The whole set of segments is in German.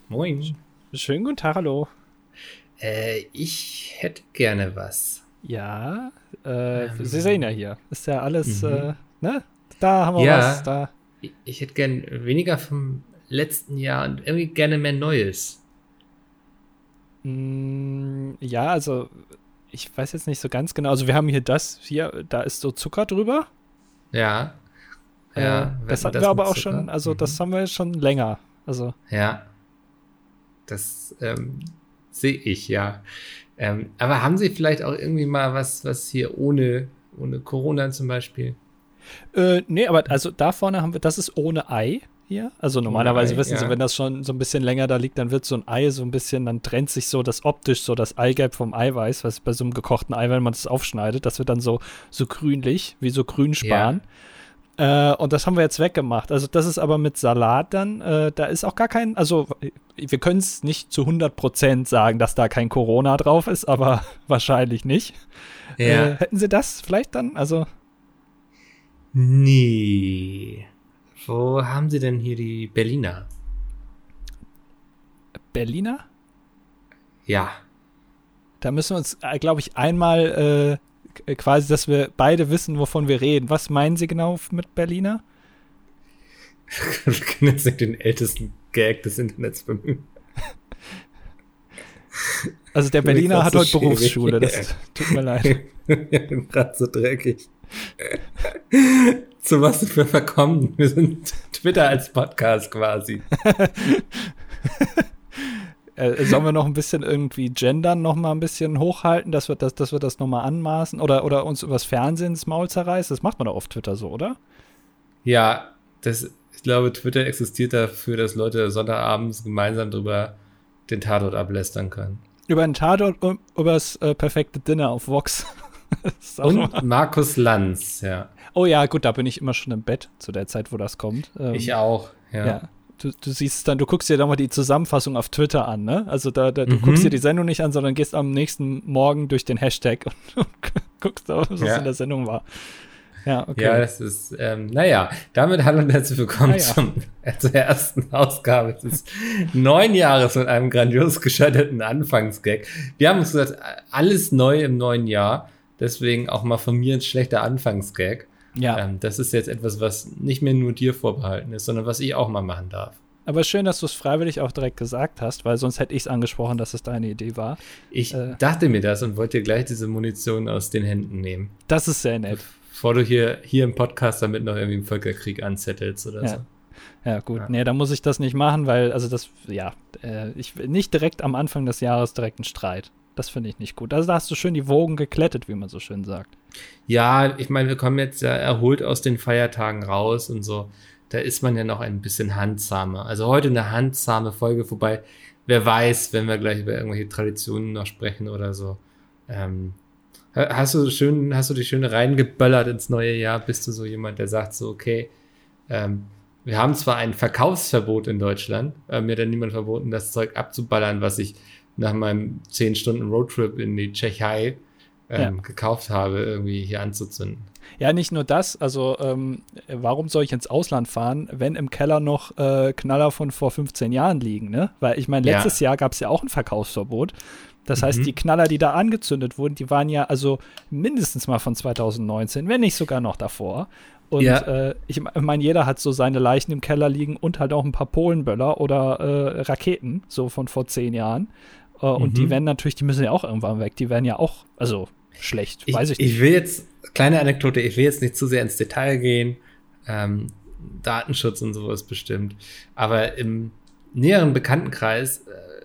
Moin. Schönen guten Tag, hallo. Ich hätte gerne was. Ja, Sie sehen ja hier. Ist ja alles, ne? Da haben wir Ja, was. Da. ich hätte gern weniger vom letzten Jahr und irgendwie gerne mehr Neues. Ja, also ich weiß jetzt nicht so ganz genau. Also wir haben hier, da ist so Zucker drüber. Ja, ja. Das wetten, hatten wir das mit aber auch Zucker? schon, also das haben wir schon länger. Also, Ja, das sehe ich, ja. Aber haben Sie vielleicht auch irgendwie mal was hier ohne Corona zum Beispiel? nee, aber also da vorne haben wir, das ist ohne Ei hier. Also normalerweise Ei, wissen Sie, ja. wenn das schon so ein bisschen länger da liegt, dann wird so ein Ei so ein bisschen, dann trennt sich so das optisch, so das Eigelb vom Eiweiß, was bei so einem gekochten Ei, wenn man das aufschneidet, das wird dann so grünlich, wie so Grünspan. Und das haben wir jetzt weggemacht. Also das ist aber mit Salat dann, da ist auch gar kein, also wir können es nicht zu 100% sagen, dass da kein Corona drauf ist, aber wahrscheinlich nicht. Ja. Hätten Sie das vielleicht dann? Also Nee. Wo haben Sie denn hier die Berliner? Berliner? Ja. Da müssen wir uns, glaube ich, einmal quasi, dass wir beide wissen, wovon wir reden. Was meinen Sie genau mit Berliner? Wir können jetzt nicht den ältesten Gag des Internets bemühen. Also der Berliner hat so heute schwierig. Berufsschule, das tut mir leid. Ich bin gerade so dreckig. Zu was sind wir verkommen? Wir sind Twitter als Podcast quasi. Sollen wir noch ein bisschen irgendwie gendern, noch mal ein bisschen hochhalten, dass wir das noch mal anmaßen oder uns übers Fernsehen ins Maul zerreißen? Das macht man doch auf Twitter so, oder? Ja, ich glaube, Twitter existiert dafür, dass Leute Sonntagabends gemeinsam drüber den Tatort ablästern können. Über einen Tatort und übers perfekte Dinner auf Vox. Und Markus Lanz, ja. Oh ja, gut, da bin ich immer schon im Bett zu der Zeit, wo das kommt. Ich auch, ja. Ja. Du siehst es dann, du guckst dir dann mal die Zusammenfassung auf Twitter an, ne? Also du guckst dir die Sendung nicht an, sondern gehst am nächsten Morgen durch den Hashtag und guckst, was in der Sendung war. Ja, okay. Ja, das ist, naja, damit hallo und herzlich willkommen zur ersten Ausgabe des neuen Jahres mit einem grandios gescheiterten Anfangsgag. Wir haben uns gesagt, alles neu im neuen Jahr, deswegen auch mal von mir ein schlechter Anfangsgag. Ja. Das ist jetzt etwas, was nicht mehr nur dir vorbehalten ist, sondern was ich auch mal machen darf. Aber schön, dass du es freiwillig auch direkt gesagt hast, weil sonst hätte ich es angesprochen, dass es deine Idee war. Ich dachte mir das und wollte dir gleich diese Munition aus den Händen nehmen. Das ist sehr nett. Bevor du hier im Podcast damit noch irgendwie einen Völkerkrieg anzettelst oder so. Ja, gut. Ja. Nee, da muss ich das nicht machen, weil, also das, ich will nicht direkt am Anfang des Jahres direkt einen Streit. Das finde ich nicht gut. Also da hast du schön die Wogen geklettet, wie man so schön sagt. Ja, ich meine, wir kommen jetzt ja erholt aus den Feiertagen raus und so. Da ist man ja noch ein bisschen handsamer. Also heute eine handsame Folge, wobei, wer weiß, wenn wir gleich über irgendwelche Traditionen noch sprechen oder so. Hast du dich schön reingeböllert ins neue Jahr? Bist du so jemand, der sagt so, okay, wir haben zwar ein Verkaufsverbot in Deutschland, mir hat ja niemand verboten, das Zeug abzuballern, was ich nach meinem 10 Stunden Roadtrip in die Tschechei gekauft habe, irgendwie hier anzuzünden. Ja, nicht nur das, also warum soll ich ins Ausland fahren, wenn im Keller noch Knaller von vor 15 Jahren liegen, ne? Weil ich meine, letztes Jahr gab es ja auch ein Verkaufsverbot. Das heißt, die Knaller, die da angezündet wurden, die waren ja also mindestens mal von 2019, wenn nicht sogar noch davor. Und ich meine, jeder hat so seine Leichen im Keller liegen und halt auch ein paar Polenböller oder Raketen, so von vor 10 Jahren. Und die werden natürlich, die müssen ja auch irgendwann weg. Die werden ja auch, also schlecht, weiß ich nicht. Ich will jetzt, kleine Anekdote, ich will jetzt nicht zu sehr ins Detail gehen. Datenschutz und sowas bestimmt. Aber im näheren Bekanntenkreis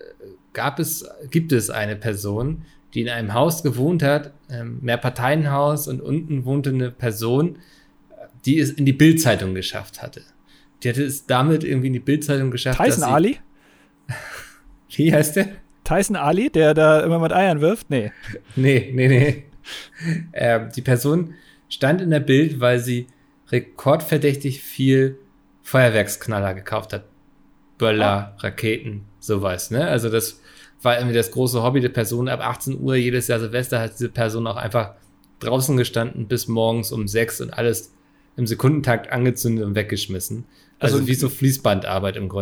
gibt es eine Person, die in einem Haus gewohnt hat, Mehrparteienhaus, und unten wohnte eine Person, die es in die Bild-Zeitung geschafft hatte. Die hatte es damit irgendwie in die Bild-Zeitung geschafft. Tyson Ali? Wie heißt der? Tyson Ali, der da immer mit Eiern wirft? Nee. Nee. Die Person stand in der Bild, weil sie rekordverdächtig viel Feuerwerksknaller gekauft hat. Böller, Raketen, sowas, ne? Also das war irgendwie das große Hobby der Person. Ab 18 Uhr jedes Jahr Silvester hat diese Person auch einfach draußen gestanden bis morgens um 6 und alles im Sekundentakt angezündet und weggeschmissen. Also wie so Fließbandarbeit im Grunde.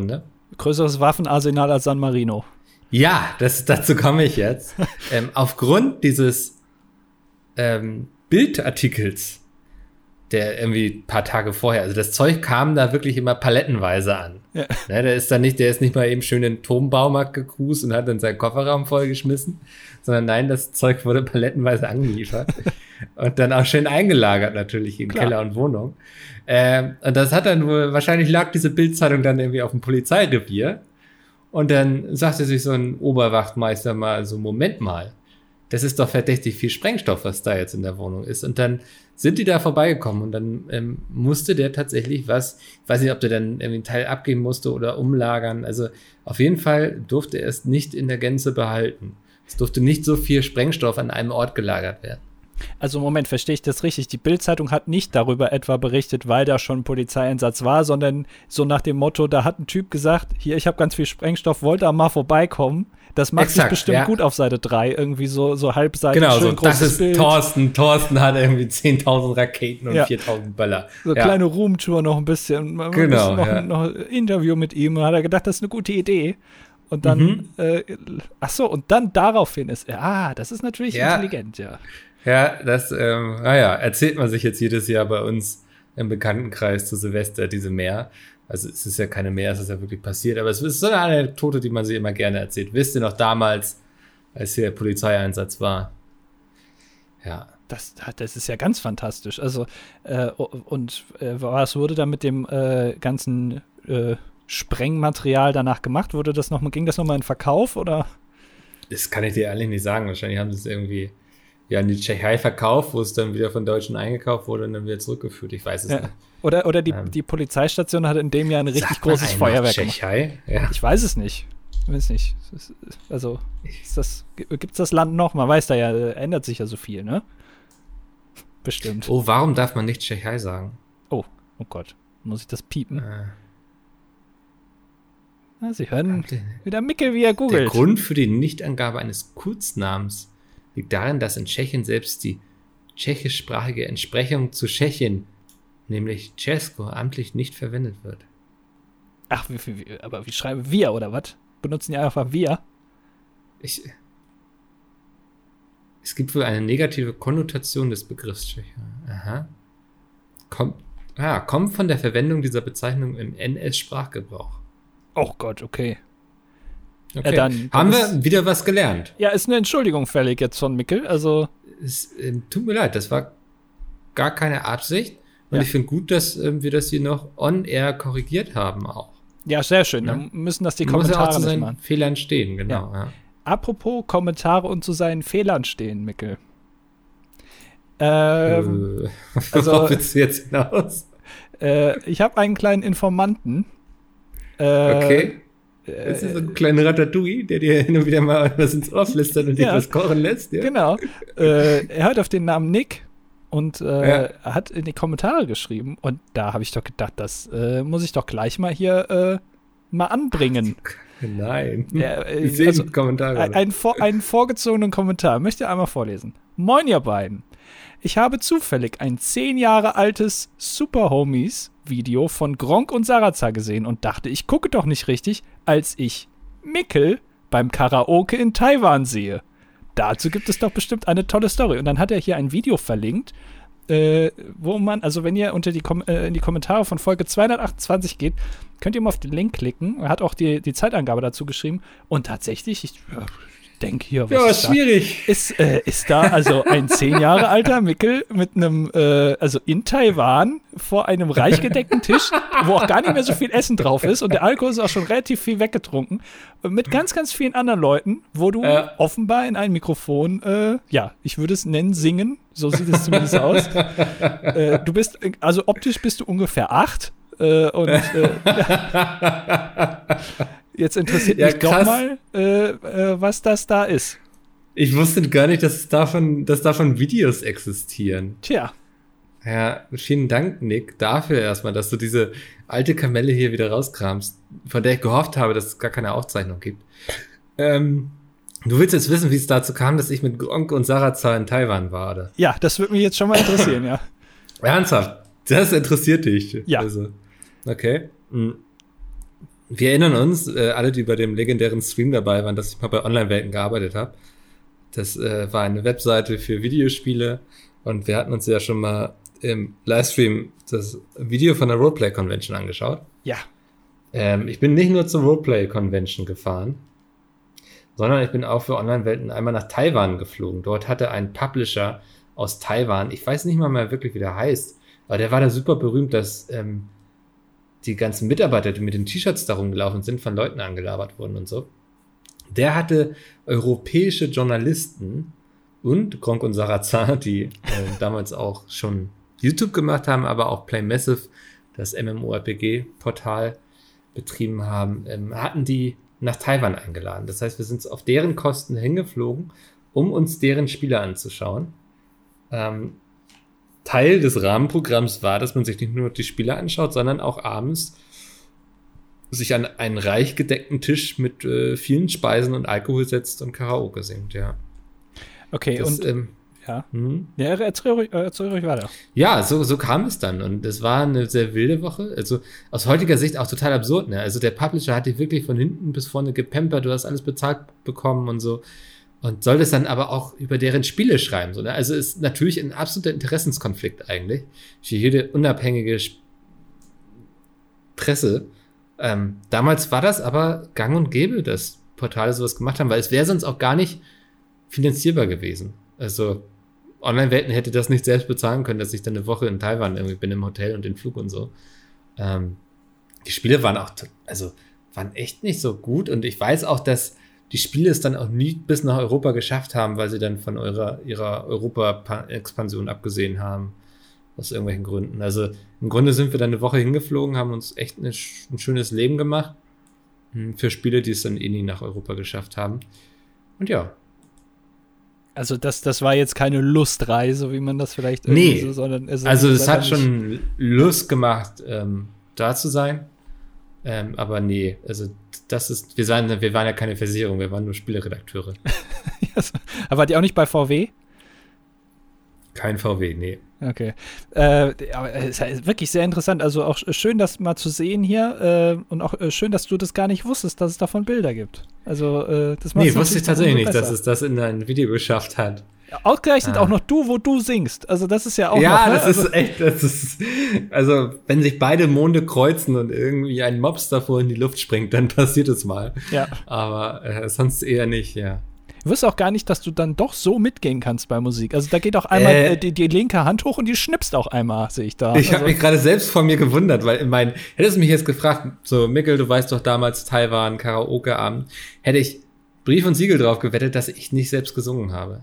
Größeres Waffenarsenal als San Marino. Ja, dazu komme ich jetzt. Aufgrund dieses Bildartikels, der irgendwie ein paar Tage vorher, also das Zeug kam da wirklich immer palettenweise an. Ja. Ne, der ist nicht mal eben schön in den Turmbaumarkt gecruised und hat dann seinen Kofferraum vollgeschmissen, sondern nein, das Zeug wurde palettenweise angeliefert und dann auch schön eingelagert natürlich in Keller und Wohnung. Und das hat dann wohl, wahrscheinlich lag diese Bildzeitung dann irgendwie auf dem Polizeirevier und dann sagte sich so ein Oberwachtmeister mal so, Moment mal, das ist doch verdächtig viel Sprengstoff, was da jetzt in der Wohnung ist. Und dann sind die da vorbeigekommen und dann musste der tatsächlich was, ich weiß nicht, ob der dann irgendwie einen Teil abgeben musste oder umlagern. Also auf jeden Fall durfte er es nicht in der Gänze behalten. Es durfte nicht so viel Sprengstoff an einem Ort gelagert werden. Also Moment, verstehe ich das richtig? Die Bild-Zeitung hat nicht darüber etwa berichtet, weil da schon Polizeieinsatz war, sondern so nach dem Motto, da hat ein Typ gesagt, hier, ich habe ganz viel Sprengstoff, wollt ihr mal vorbeikommen? Das macht sich bestimmt gut auf Seite 3, irgendwie so halbseitig. Genau, schön so, großes das ist Bild. Thorsten hat irgendwie 10.000 Raketen und 4.000 Böller. So eine kleine Roomtour noch ein bisschen. Genau, noch ein Interview mit ihm. Und hat er gedacht, das ist eine gute Idee. Und dann, und dann daraufhin ist das ist natürlich intelligent, ja. Ja, das, erzählt man sich jetzt jedes Jahr bei uns im Bekanntenkreis zu Silvester, diese Meer. Also es ist ja keine Mehr, es ist ja wirklich passiert, aber es ist so eine Anekdote, die man sich immer gerne erzählt. Wisst ihr noch damals, als hier der Polizeieinsatz war? Ja. Das ist ja ganz fantastisch. Also, was wurde da mit dem ganzen Sprengmaterial danach gemacht? Ging das nochmal in Verkauf, oder? Das kann ich dir ehrlich nicht sagen. Wahrscheinlich haben sie es irgendwie in die Tschechei verkauft, wo es dann wieder von Deutschen eingekauft wurde und dann wieder zurückgeführt. Ich weiß es nicht. Oder die Polizeistation hat in dem Jahr ein richtig großes Feuerwerk gemacht. Tschechei? Ja. Ich weiß es nicht. Also, gibt's das Land noch? Man weiß da ja, ändert sich ja so viel, ne? Bestimmt. Oh, warum darf man nicht Tschechei sagen? Oh Gott. Muss ich das piepen? Sie hören wieder Mickel, wie er googelt. Der Grund für die Nichtangabe eines Kurznamens liegt darin, dass in Tschechien selbst die tschechischsprachige Entsprechung zu Tschechien, nämlich Česko, amtlich nicht verwendet wird. Ach, aber wie schreiben wir, oder was? Benutzen die einfach wir? Es gibt wohl eine negative Konnotation des Begriffs Tscheche. Aha. Kommt von der Verwendung dieser Bezeichnung im NS-Sprachgebrauch. Oh Gott, okay. Dann haben wir wieder was gelernt. Ja, ist eine Entschuldigung fällig jetzt von Mickel, also. Es tut mir leid, das war gar keine Absicht. Und ich finde gut, dass wir das hier noch on-air korrigiert haben auch. Ja, sehr schön. Ja? Dann müssen das die Kommentare muss ja auch zu seinen machen. Fehlern stehen, genau. Ja. Apropos Kommentare und zu seinen Fehlern stehen, Mickel. Worauf willst du jetzt hinaus? Ich habe einen kleinen Informanten. Okay. Das ist so ein kleiner Ratatouille, der dir hin und wieder mal was ins Ohr flüstert und dir was kochen lässt. Ja? Genau. Er hört auf den Namen Nick und hat in die Kommentare geschrieben. Und da habe ich doch gedacht, das muss ich doch gleich mal hier mal anbringen. Nein. Ich sehe die Kommentare. Einen vorgezogenen Kommentar. Möchte ich einmal vorlesen. Moin, ihr beiden. Ich habe zufällig ein 10 Jahre altes Super Homies Video von Gronkh und Sarazar gesehen und dachte, ich gucke doch nicht richtig, als ich Mickel beim Karaoke in Taiwan sehe. Dazu gibt es doch bestimmt eine tolle Story. Und dann hat er hier ein Video verlinkt, wo man, also wenn ihr unter in die Kommentare von Folge 228 geht, könnt ihr mal auf den Link klicken. Er hat auch die Zeitangabe dazu geschrieben. Und tatsächlich, ich denke hier, was ist schwierig. Ist da also ein 10 Jahre alter Mickel mit einem, also in Taiwan vor einem reich gedeckten Tisch, wo auch gar nicht mehr so viel Essen drauf ist und der Alkohol ist auch schon relativ viel weggetrunken, mit ganz, ganz vielen anderen Leuten, wo du offenbar in ein Mikrofon, ich würde es nennen, singen, so sieht es zumindest aus. Du bist, also optisch bist du ungefähr 8 Jetzt interessiert mich doch mal, was das da ist. Ich wusste gar nicht, dass davon Videos existieren. Tja. Ja, vielen Dank, Nick, dafür erstmal, dass du diese alte Kamelle hier wieder rauskramst, von der ich gehofft habe, dass es gar keine Aufzeichnung gibt. Du willst jetzt wissen, wie es dazu kam, dass ich mit Gronkh und Sarazar in Taiwan war, oder? Ja, das würde mich jetzt schon mal interessieren, ja. Ernsthaft? Das interessiert dich? Ja. Also, okay. Wir erinnern uns, alle, die bei dem legendären Stream dabei waren, dass ich mal bei Online-Welten gearbeitet habe. Das war eine Webseite für Videospiele und wir hatten uns ja schon mal im Livestream das Video von der Roleplay-Convention angeschaut. Ja. Ich bin nicht nur zur Roleplay-Convention gefahren, sondern ich bin auch für Online-Welten einmal nach Taiwan geflogen. Dort hatte ein Publisher aus Taiwan, ich weiß nicht mal mehr wirklich, wie der heißt, aber der war da super berühmt, dass die ganzen Mitarbeiter, die mit den T-Shirts da rumgelaufen sind, von Leuten angelabert wurden und so. Der hatte europäische Journalisten und Gronkh und Sarazar, die damals auch schon YouTube gemacht haben, aber auch Play Massive, das MMORPG-Portal betrieben haben, hatten die nach Taiwan eingeladen. Das heißt, wir sind auf deren Kosten hingeflogen, um uns deren Spiele anzuschauen. Teil des Rahmenprogramms war, dass man sich nicht nur die Spiele anschaut, sondern auch abends sich an einen reich gedeckten Tisch mit vielen Speisen und Alkohol setzt und Karaoke singt, ja. Okay, das, und ja. Ja, erzähl ruhig weiter. Ja, so kam es dann und es war eine sehr wilde Woche, also aus heutiger Sicht auch total absurd, ne? Also der Publisher hat dich wirklich von hinten bis vorne gepampert, du hast alles bezahlt bekommen und so und soll das dann aber auch über deren Spiele schreiben, so, ne? Also ist natürlich ein absoluter Interessenskonflikt eigentlich für jede unabhängige Presse. Damals war das aber gang und gäbe, dass Portale sowas gemacht haben, weil es wäre sonst auch gar nicht finanzierbar gewesen. Also Online-Welten hätte das nicht selbst bezahlen können, dass ich dann eine Woche in Taiwan irgendwie bin im Hotel und den Flug und so. Die Spiele waren waren echt nicht so gut und ich weiß auch, dass die Spiele es dann auch nie bis nach Europa geschafft haben, weil sie dann von ihrer Europa-Expansion abgesehen haben. Aus irgendwelchen Gründen. Also im Grunde sind wir dann eine Woche hingeflogen, haben uns echt ein schönes Leben gemacht. Für Spiele, die es dann nie nach Europa geschafft haben. Und ja. Also das war jetzt keine Lustreise, wie man das vielleicht irgendwie so, sondern es hat schon Lust gemacht, da zu sein. Aber nee, also wir waren ja keine Versicherung, wir waren nur Spieleredakteure. Aber wart ihr auch nicht bei VW? Kein VW, nee. Okay. Aber es ist wirklich sehr interessant. Also auch schön, das mal zu sehen hier. Und auch schön, dass du das gar nicht wusstest, dass es davon Bilder gibt. Also, das macht wusste ich tatsächlich nicht, dass es das in ein Video geschafft hat. Ausgerechnet auch noch wo du singst. Also, das ist ja auch ja, noch, das ist echt, also, wenn sich beide Monde kreuzen und irgendwie ein Mops davor in die Luft springt, dann passiert es mal. Ja. Aber sonst eher nicht, ja. Du wirst auch gar nicht, dass du dann doch so mitgehen kannst bei Musik. Also da geht auch einmal die linke Hand hoch und die schnippst auch einmal, sehe ich da. Ich habe mich gerade selbst von mir gewundert, weil hättest du mich jetzt gefragt, so Mikkel, du weißt doch damals Taiwan, Karaoke-Abend, hätte ich Brief und Siegel drauf gewettet, dass ich nicht selbst gesungen habe.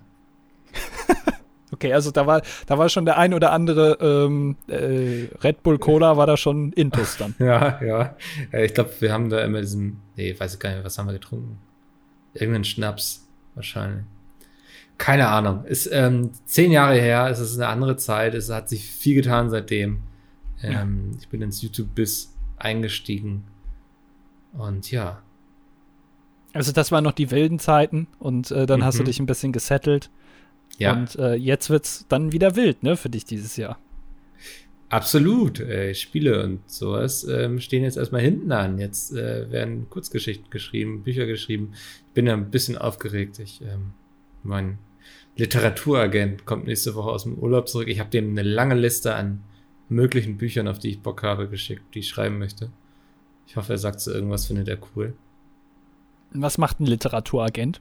Okay, also da war schon der ein oder andere Red Bull Cola war da schon intus dann. Ja. Ich glaube, wir haben da immer weiß ich gar nicht mehr, was haben wir getrunken? Irgendeinen Schnaps. Wahrscheinlich. Keine Ahnung. Ist 10 Jahre her, es ist eine andere Zeit, es hat sich viel getan seitdem. Ich bin ins YouTube-Biz eingestiegen. Und ja. Also das waren noch die wilden Zeiten und dann hast du dich ein bisschen gesettelt. Ja. Und jetzt wird's dann wieder wild, ne, für dich dieses Jahr. Absolut. Spiele und sowas stehen jetzt erstmal hinten an. Jetzt werden Kurzgeschichten geschrieben, Bücher geschrieben. Ich bin ja ein bisschen aufgeregt. Mein Literaturagent kommt nächste Woche aus dem Urlaub zurück. Ich habe dem eine lange Liste an möglichen Büchern, auf die ich Bock habe, geschickt, die ich schreiben möchte. Ich hoffe, er sagt so irgendwas, findet er cool. Was macht ein Literaturagent?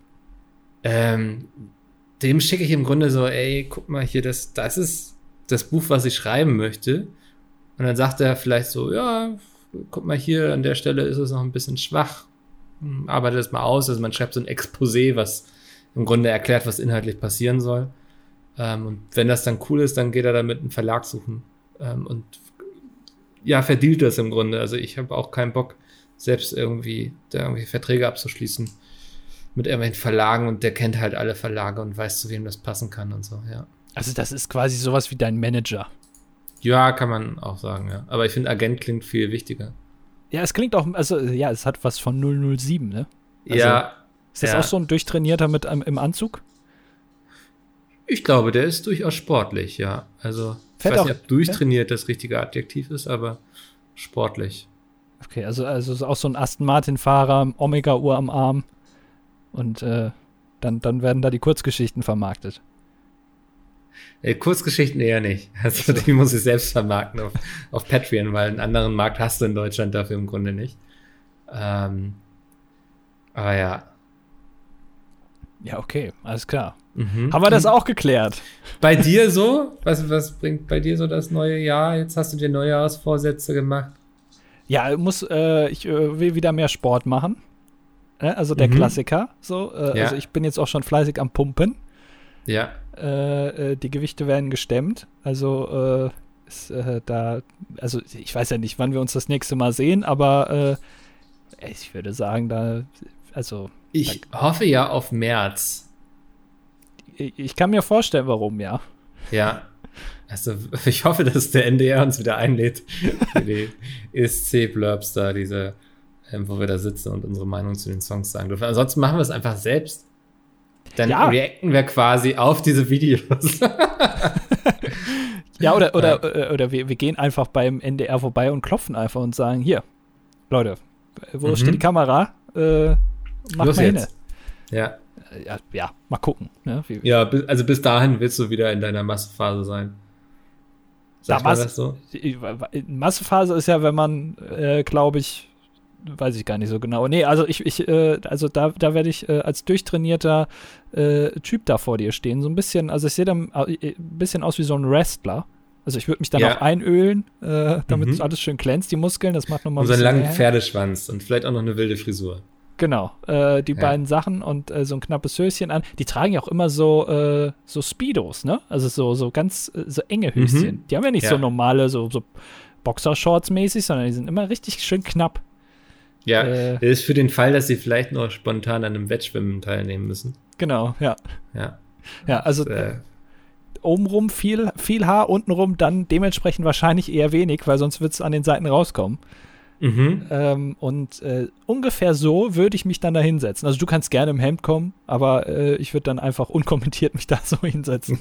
Dem schicke ich im Grunde so, guck mal hier, das ist das Buch, was ich schreiben möchte. Und dann sagt er vielleicht so, ja, guck mal hier, an der Stelle ist es noch ein bisschen schwach. Arbeite das mal aus. Also man schreibt so ein Exposé, was im Grunde erklärt, was inhaltlich passieren soll. Und wenn das dann cool ist, dann geht er damit einen Verlag suchen. Und ja, verdealt das im Grunde. Also ich habe auch keinen Bock, selbst irgendwie Verträge abzuschließen mit irgendwelchen Verlagen. Und der kennt halt alle Verlage und weiß, zu wem das passen kann und so, ja. Also das ist quasi sowas wie dein Manager. Ja, kann man auch sagen, ja. Aber ich finde, Agent klingt viel wichtiger. Ja, es klingt auch, also ja, es hat was von 007, ne? Also, ja. Ist das auch so ein Durchtrainierter mit im Anzug? Ich glaube, der ist durchaus sportlich, ja. Also, ich weiß nicht, ob durchtrainiert das richtige Adjektiv ist, aber sportlich. Okay, also ist auch so ein Aston Martin-Fahrer, Omega-Uhr am Arm. Und dann werden da die Kurzgeschichten vermarktet. Kurzgeschichten eher nicht. Also die muss ich selbst vermarkten auf Patreon, weil einen anderen Markt hast du in Deutschland dafür im Grunde nicht. Aber ja. Ja, okay, alles klar. Haben wir das auch geklärt? Bei dir so? Was bringt bei dir so das neue Jahr? Jetzt hast du dir Neujahrsvorsätze gemacht. Ja, ich will wieder mehr Sport machen. Also der Klassiker. So, also ich bin jetzt auch schon fleißig am Pumpen. Ja. Die Gewichte werden gestemmt. Also also ich weiß ja nicht, wann wir uns das nächste Mal sehen, aber ich würde sagen, ich hoffe ja auf März. Ich kann mir vorstellen, warum, ja. Ja. Also ich hoffe, dass der NDR uns wieder einlädt für die ESC-Blurbs da, wo wir da sitzen und unsere Meinung zu den Songs sagen dürfen. Ansonsten machen wir es einfach selbst. Dann reacten wir quasi auf diese Videos. Ja, oder wir gehen einfach beim NDR vorbei und klopfen einfach und sagen, hier, Leute, wo steht die Kamera? Mach mal hin. Ja. Ja, mal gucken. Ne? Also bis dahin willst du wieder in deiner Massephase sein. Sag mal das so? Massephase ist ja, wenn man, glaube ich, weiß ich gar nicht so genau. Nee, also da werde ich als durchtrainierter Typ da vor dir stehen. So ein bisschen, also ich sehe dann ein bisschen aus wie so ein Wrestler. Also ich würde mich dann auch einölen, damit alles schön glänzt, die Muskeln. Das macht nochmal ein bisschen. Und so einen langen Pferdeschwanz und vielleicht auch noch eine wilde Frisur. Genau, die beiden Sachen und so ein knappes Höschen an. Die tragen ja auch immer so Speedos, ne? Also so ganz so enge Höschen. Die haben ja nicht so normale, so Boxershorts mäßig, sondern die sind immer richtig schön knapp. Ja, das ist für den Fall, dass sie vielleicht noch spontan an einem Wettschwimmen teilnehmen müssen. Genau, ja. Ja, also das, obenrum viel Haar, untenrum dann dementsprechend wahrscheinlich eher wenig, weil sonst wird es an den Seiten rauskommen. Und ungefähr so würde ich mich dann da hinsetzen. Also du kannst gerne im Hemd kommen, aber ich würde dann einfach unkommentiert mich da so hinsetzen.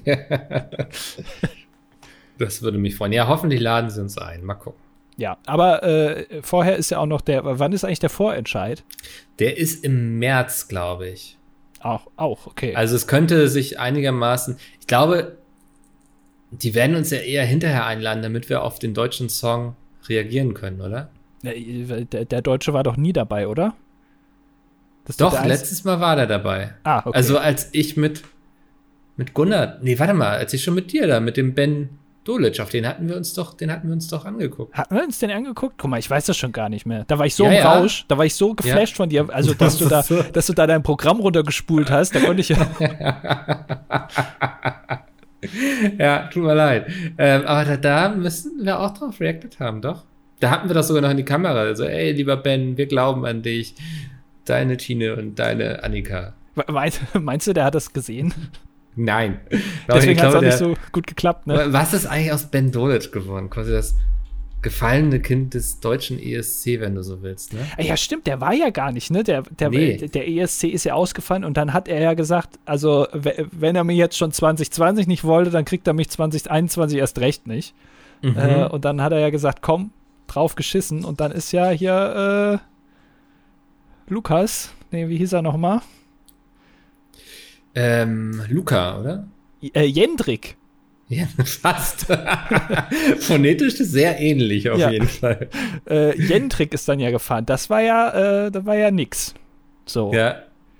Das würde mich freuen. Ja, hoffentlich laden sie uns ein. Mal gucken. Ja, aber vorher ist ja auch noch wann ist eigentlich der Vorentscheid? Der ist im März, glaube ich. Auch, okay. Also es könnte sich einigermaßen, ich glaube, die werden uns ja eher hinterher einladen, damit wir auf den deutschen Song reagieren können, oder? Der Deutsche war doch nie dabei, oder? Doch, letztes Mal war der dabei. Okay. Also als ich mit Gunnar, als ich schon mit dir da, mit dem Ben Dolic, auf den hatten wir uns doch angeguckt. Hatten wir uns den angeguckt? Guck mal, ich weiß das schon gar nicht mehr. Da war ich so im Rausch, da war ich so geflasht von dir, also dass du da dein Programm runtergespult hast, da konnte ich ja. Ja, tut mir leid. Aber da müssen wir auch drauf reacted haben, doch. Da hatten wir doch sogar noch in die Kamera. Also, ey, lieber Ben, wir glauben an dich. Deine Tine und deine Annika. Meinst du, der hat das gesehen? Nein. Deswegen hat es auch nicht so gut geklappt, ne? Was ist eigentlich aus Ben Dolic geworden? Quasi das gefallene Kind des deutschen ESC, wenn du so willst, ne? Ja, stimmt, der war ja gar nicht, ne? Der ESC ist ja ausgefallen und dann hat er ja gesagt, also, wenn er mir jetzt schon 2020 nicht wollte, dann kriegt er mich 2021 erst recht nicht. Und dann hat er ja gesagt, komm, drauf geschissen und dann ist ja hier Lukas, wie hieß er nochmal? Luca, oder? Jendrik. Ja, fast. Phonetisch sehr ähnlich auf jeden Fall. Jendrik ist dann ja gefahren. Das war ja nix. So. Ja.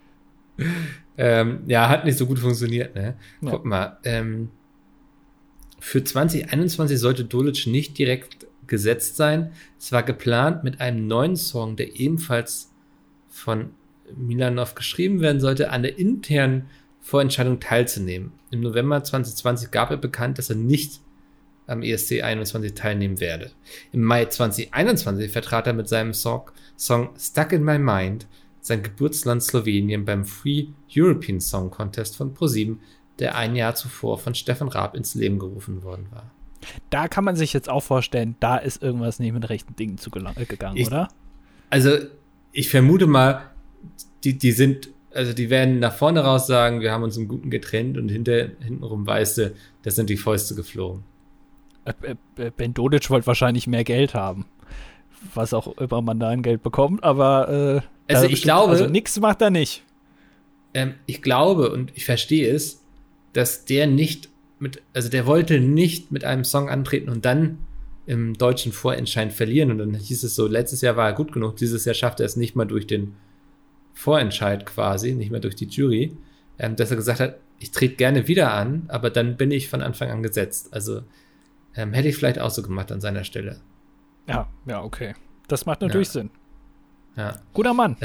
Hat nicht so gut funktioniert, ne? Ja. Guck mal, für 2021 sollte Dolic nicht direkt gesetzt sein. Es war geplant mit einem neuen Song, der ebenfalls von Milanov geschrieben werden sollte, an der internen Vorentscheidung teilzunehmen. Im November 2020 gab er bekannt, dass er nicht am ESC 21 teilnehmen werde. Im Mai 2021 vertrat er mit seinem Song Stuck in My Mind sein Geburtsland Slowenien beim Free European Song Contest von ProSieben, der ein Jahr zuvor von Stefan Raab ins Leben gerufen worden war. Da kann man sich jetzt auch vorstellen, da ist irgendwas nicht mit rechten Dingen gegangen, oder? Also, ich vermute mal, die werden nach vorne raus sagen, wir haben uns im Guten getrennt und hintenrum weißt du, das sind die Fäuste geflogen. Ben Dolic wollte wahrscheinlich mehr Geld haben. was auch immer man da an Geld bekommt, aber also ich glaube, also nichts macht er nicht. Ich glaube und ich verstehe es, dass der der wollte nicht mit einem Song antreten und dann im deutschen Vorentscheid verlieren. Und dann hieß es so, letztes Jahr war er gut genug, dieses Jahr schafft er es nicht mal durch den Vorentscheid quasi, nicht mehr durch die Jury, dass er gesagt hat, ich trete gerne wieder an, aber dann bin ich von Anfang an gesetzt. Also hätte ich vielleicht auch so gemacht an seiner Stelle. Ja, okay. Das macht natürlich Sinn. Ja. Guter Mann.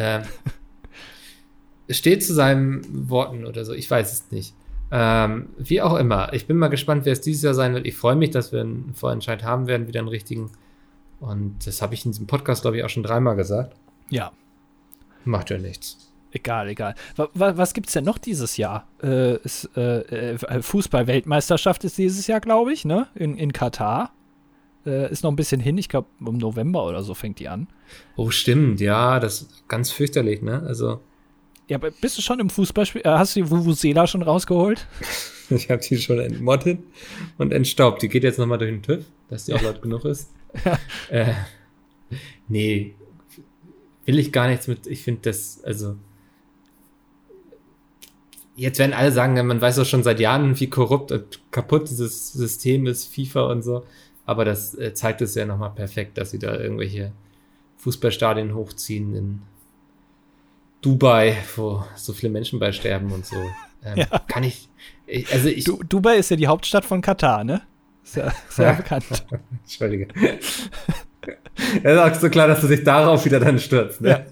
Steht zu seinen Worten oder so, ich weiß es nicht. Wie auch immer. Ich bin mal gespannt, wer es dieses Jahr sein wird. Ich freue mich, dass wir einen Vorentscheid haben werden, wieder einen richtigen. Und das habe ich in diesem Podcast, glaube ich, auch schon 3-mal gesagt. Ja. Macht ja nichts. Egal. Was gibt's denn noch dieses Jahr? Fußball-Weltmeisterschaft ist dieses Jahr, glaube ich, ne? In Katar. Ist noch ein bisschen hin. Ich glaube, im November oder so fängt die an. Oh, stimmt. Ja, das ist ganz fürchterlich, ne? Also. Ja, aber bist du schon im Fußballspiel? Hast du die Vuvuzela schon rausgeholt? Ich habe die schon entmottet und entstaubt. Die geht jetzt nochmal durch den TÜV, dass die auch laut genug ist. Nee, will ich gar nichts mit. Ich finde das, also jetzt werden alle sagen, man weiß doch schon seit Jahren, wie korrupt und kaputt dieses System ist, FIFA und so. Aber das zeigt es ja nochmal perfekt, dass sie da irgendwelche Fußballstadien hochziehen in Dubai, wo so viele Menschen bei sterben und so. Kann ich. Dubai ist ja die Hauptstadt von Katar, ne? Ist ja sehr bekannt. Entschuldige. Es ist auch so klar, dass du dich darauf wieder dann stürzt, ne?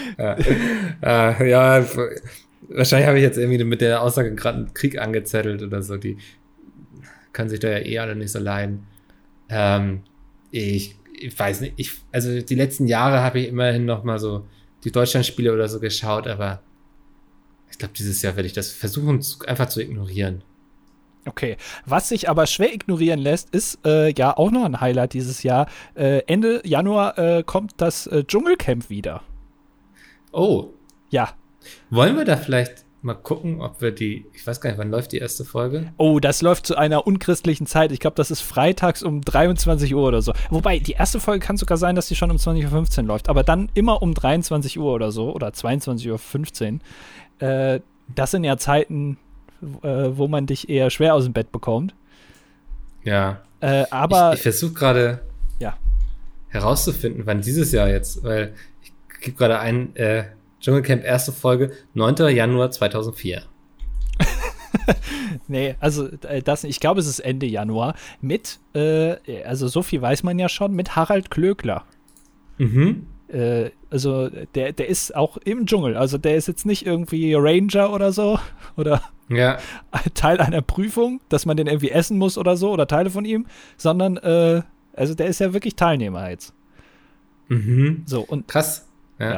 Ja. Wahrscheinlich habe ich jetzt irgendwie mit der Aussage gerade einen Krieg angezettelt oder so. Die können sich da ja eh alle nicht so leiden. Ich weiß nicht. Also die letzten Jahre habe ich immerhin noch mal so die Deutschlandspiele oder so geschaut, aber ich glaube, dieses Jahr werde ich das versuchen, einfach zu ignorieren. Okay. Was sich aber schwer ignorieren lässt, ist ja auch noch ein Highlight dieses Jahr. Ende Januar kommt das Dschungelcamp wieder. Oh. Ja. Wollen wir da vielleicht mal gucken, ob wir ich weiß gar nicht, wann läuft die erste Folge? Oh, das läuft zu einer unchristlichen Zeit. Ich glaube, das ist freitags um 23 Uhr oder so. Wobei, die erste Folge kann sogar sein, dass die schon um 20:15 Uhr läuft. Aber dann immer um 23 Uhr oder so oder 22:15 Uhr. Das sind ja Zeiten, wo man dich eher schwer aus dem Bett bekommt. Ja. Aber ich versuche gerade herauszufinden, wann dieses Jahr jetzt, weil ich gebe gerade ein Dschungelcamp erste Folge 9. Januar 2004. Nee, also ich glaube, es ist Ende Januar mit, also so viel weiß man ja schon, mit Harald Klöckler. Mhm. Also der ist auch im Dschungel, also der ist jetzt nicht irgendwie Ranger oder so oder Teil einer Prüfung, dass man den irgendwie essen muss oder so oder Teile von ihm, sondern also der ist ja wirklich Teilnehmer jetzt. Mhm. So, und krass. Ja.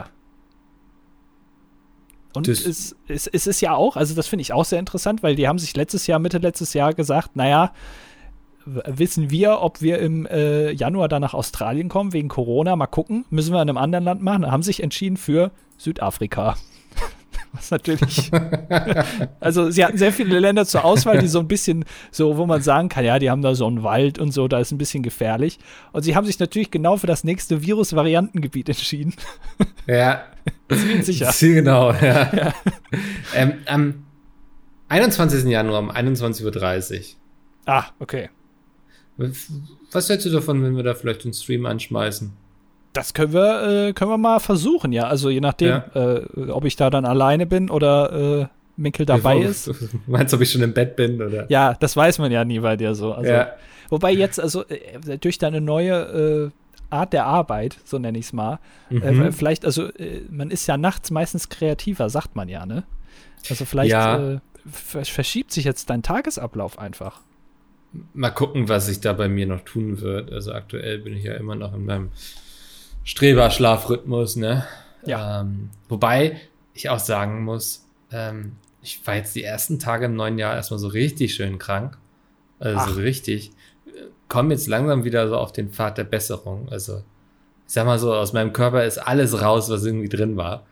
Und es ist ja auch, also das finde ich auch sehr interessant, weil die haben sich Mitte letztes Jahr gesagt, naja, wissen wir, ob wir im Januar dann nach Australien kommen, wegen Corona, mal gucken, müssen wir in einem anderen Land machen, haben sich entschieden für Südafrika. Was natürlich, also sie hatten sehr viele Länder zur Auswahl, die so ein bisschen so, wo man sagen kann, ja, die haben da so einen Wald und so, da ist ein bisschen gefährlich. Und sie haben sich natürlich genau für das nächste Virus-Variantengebiet entschieden. Ja. Ziemlich sicher. Genau, ja. Am 21. Januar um 21:30 Uhr. Ah, okay. Was hältst du davon, wenn wir da vielleicht den Stream anschmeißen? Das können wir mal versuchen, ja. Also je nachdem, ob ich da dann alleine bin oder Mikkel dabei ist. Du meinst, ob ich schon im Bett bin, oder? Ja, das weiß man ja nie bei dir so. Also, wobei jetzt, also durch deine neue Art der Arbeit, so nenne ich es mal, vielleicht, also man ist ja nachts meistens kreativer, sagt man ja, ne? Also vielleicht verschiebt sich jetzt dein Tagesablauf einfach. Mal gucken, was sich da bei mir noch tun wird. Also aktuell bin ich ja immer noch in meinem Streberschlafrhythmus, ne? Ja. Wobei ich auch sagen muss, ich war jetzt die ersten Tage im neuen Jahr erstmal so richtig schön krank. Also so richtig. Komme jetzt langsam wieder so auf den Pfad der Besserung. Also ich sag mal so, aus meinem Körper ist alles raus, was irgendwie drin war.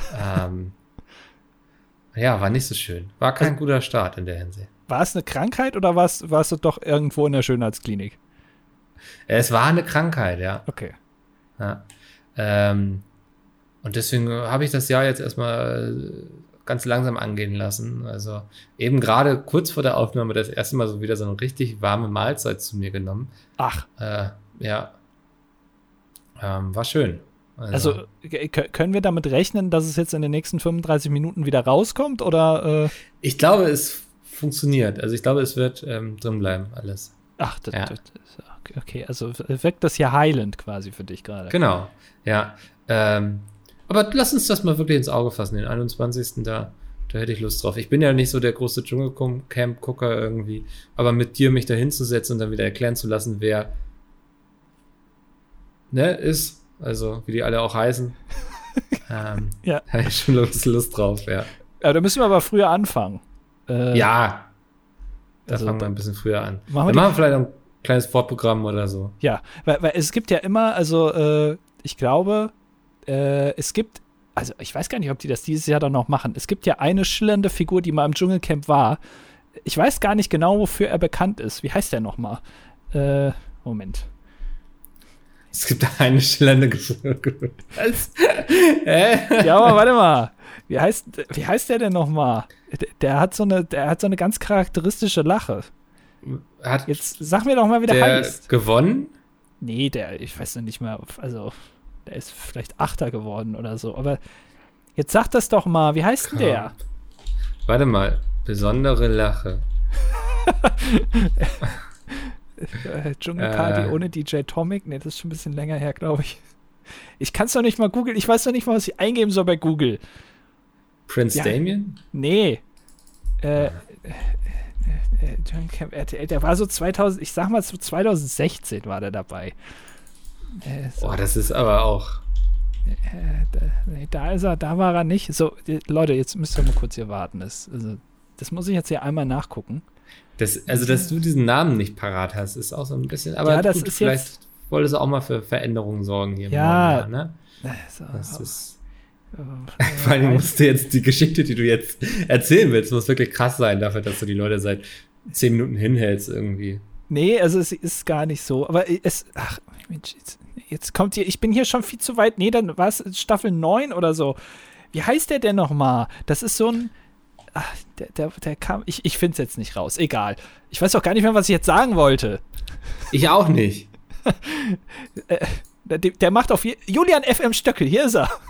Ja, war nicht so schön. War kein guter Start in der Hinsicht. War es eine Krankheit oder warst du doch irgendwo in der Schönheitsklinik? Es war eine Krankheit, ja. Okay. Ja. Und deswegen habe ich das Jahr jetzt erstmal ganz langsam angehen lassen. Also eben gerade kurz vor der Aufnahme das erste Mal so wieder so eine richtig warme Mahlzeit zu mir genommen. Ach. Ja. War schön. Also können wir damit rechnen, dass es jetzt in den nächsten 35 Minuten wieder rauskommt? Oder? Ich glaube, es funktioniert. Also ich glaube, es wird drin bleiben, alles. Ach, okay. Also wirkt das ja heilend quasi für dich gerade. Genau, ja. Aber lass uns das mal wirklich ins Auge fassen, den 21. Da hätte ich Lust drauf. Ich bin ja nicht so der große Dschungelcamp-Gucker irgendwie, aber mit dir mich da hinzusetzen und dann wieder erklären zu lassen, wer ist, also wie die alle auch heißen, ja. habe ich schon Lust drauf, ja. Ja, da müssen wir aber früher anfangen. Ja, da also, fangen wir ein bisschen früher an. Machen wir vielleicht ein kleines Vorprogramm oder so. Ja, weil es gibt ja immer, also ich glaube, es gibt, also ich weiß gar nicht, ob die das dieses Jahr dann noch machen. Es gibt ja eine schillernde Figur, die mal im Dschungelcamp war. Ich weiß gar nicht genau, wofür er bekannt ist. Wie heißt der nochmal? Moment. Es gibt eine schillernde Figur. Ja, aber warte mal. Wie heißt der denn nochmal? Der hat so eine ganz charakteristische Lache. Jetzt sag mir doch mal, wie der heißt. Gewonnen? Nee, ich weiß noch nicht mehr, also der ist vielleicht Achter geworden oder so, aber jetzt sag das doch mal, wie heißt denn der? Warte mal, besondere Lache. Dschungelparty ohne DJ Tomic? Nee, das ist schon ein bisschen länger her, glaube ich. Ich kann es doch nicht mal googeln, ich weiß doch nicht mal, was ich eingeben soll bei Google. Prince Damien? Nee. Dschungelcamp RTL, der war so 2016 war der dabei. Boah, das ist aber auch. Da war er nicht. So, Leute, jetzt müsst ihr mal kurz hier warten. Das muss ich jetzt hier einmal nachgucken. Dass du diesen Namen nicht parat hast, ist auch so ein bisschen. Aber ja, das gut, ist vielleicht jetzt, wolltest du auch mal für Veränderungen sorgen hier. Ja. Im Jahr, ne? Das ist. Vor allem musst du jetzt die Geschichte, die du jetzt erzählen willst, muss wirklich krass sein dafür, dass du die Leute seit 10 Minuten hinhältst irgendwie. Nee, also es ist gar nicht so. Aber Mensch, jetzt kommt hier, ich bin hier schon viel zu weit. Nee, dann war es Staffel 9 oder so. Wie heißt der denn nochmal? Das ist so ein, der kam, ich finde es jetzt nicht raus. Egal. Ich weiß auch gar nicht mehr, was ich jetzt sagen wollte. Ich auch nicht. Der macht auf Julian FM Stöckel, hier ist er.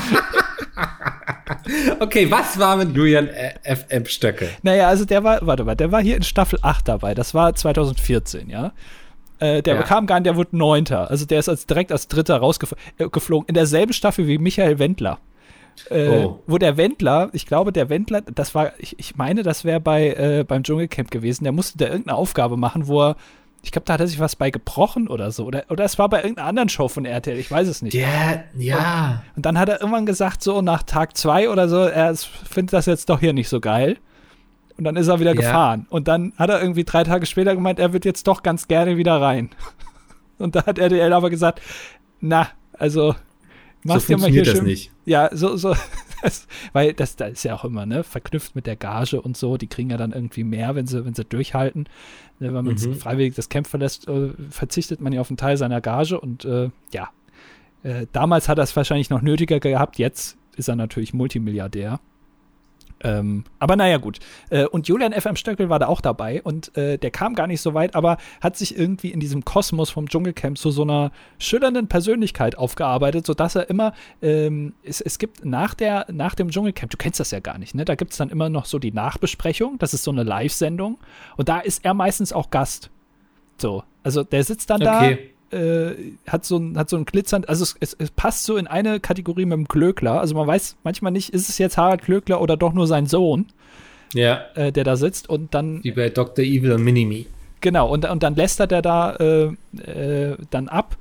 Okay, was war mit Julian FM Stöckel? Naja, also der war hier in Staffel 8 dabei. Das war 2014, ja. Der bekam gar nicht, der wurde 9. Also der ist direkt als Dritter rausgeflogen. In derselben Staffel wie Michael Wendler. Wo der Wendler, ich glaube, das war, ich meine, das wäre beim Dschungelcamp gewesen. Der musste da irgendeine Aufgabe machen, wo er, ich glaube, da hat er sich was bei gebrochen oder so. Oder es war bei irgendeiner anderen Show von RTL, ich weiß es nicht. Ja. Und dann hat er irgendwann gesagt, so nach Tag 2 oder so, er findet das jetzt doch hier nicht so geil. Und dann ist er wieder gefahren. Und dann hat er irgendwie 3 Tage später gemeint, er wird jetzt doch ganz gerne wieder rein. Und da hat RTL aber gesagt, also machst dir mal hier schön. Das nicht. Ja, so weil da ist ja auch immer, ne, verknüpft mit der Gage und so, die kriegen ja dann irgendwie mehr, wenn sie durchhalten. Wenn man freiwillig das Camp verlässt, verzichtet man ja auf einen Teil seiner Gage und damals hat er es wahrscheinlich noch nötiger gehabt, jetzt ist er natürlich Multimilliardär. Aber naja, gut. Und Julian FM Stöckel war da auch dabei und der kam gar nicht so weit, aber hat sich irgendwie in diesem Kosmos vom Dschungelcamp zu so einer schillernden Persönlichkeit aufgearbeitet, sodass er immer, es gibt nach dem Dschungelcamp, du kennst das ja gar nicht, ne? Da gibt es dann immer noch so die Nachbesprechung, das ist so eine Live-Sendung und da ist er meistens auch Gast. So, also der sitzt dann da, hat so ein glitzernd, also es passt so in eine Kategorie mit dem Klöckler, also man weiß manchmal nicht, ist es jetzt Harald Klöckler oder doch nur sein Sohn, der da sitzt und dann wie bei Dr. Evil und Minimi. Genau, und dann lästert er da dann ab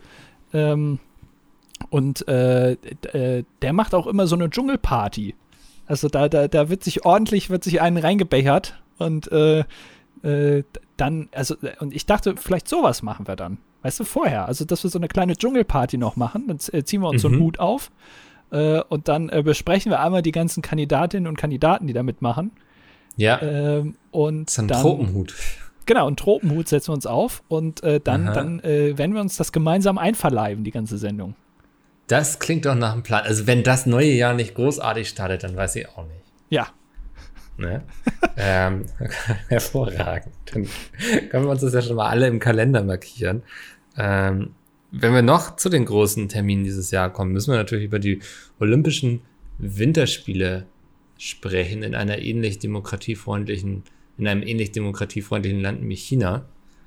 und der macht auch immer so eine Dschungelparty, also da wird sich einen reingebechert und dann, also, und ich dachte, vielleicht sowas machen wir dann. Weißt du, vorher. Also, dass wir so eine kleine Dschungelparty noch machen. Dann ziehen wir uns so einen Hut auf und dann besprechen wir einmal die ganzen Kandidatinnen und Kandidaten, die da mitmachen. Ja. Und das ist ein Tropenhut. Genau, einen Tropenhut setzen wir uns auf und dann werden wir uns das gemeinsam einverleiben, die ganze Sendung. Das klingt doch nach einem Plan. Also wenn das neue Jahr nicht großartig startet, dann weiß ich auch nicht. Ja. Ne? Hervorragend. Dann können wir uns das ja schon mal alle im Kalender markieren. Wenn wir noch zu den großen Terminen dieses Jahr kommen, müssen wir natürlich über die Olympischen Winterspiele sprechen in einem ähnlich demokratiefreundlichen Land wie China.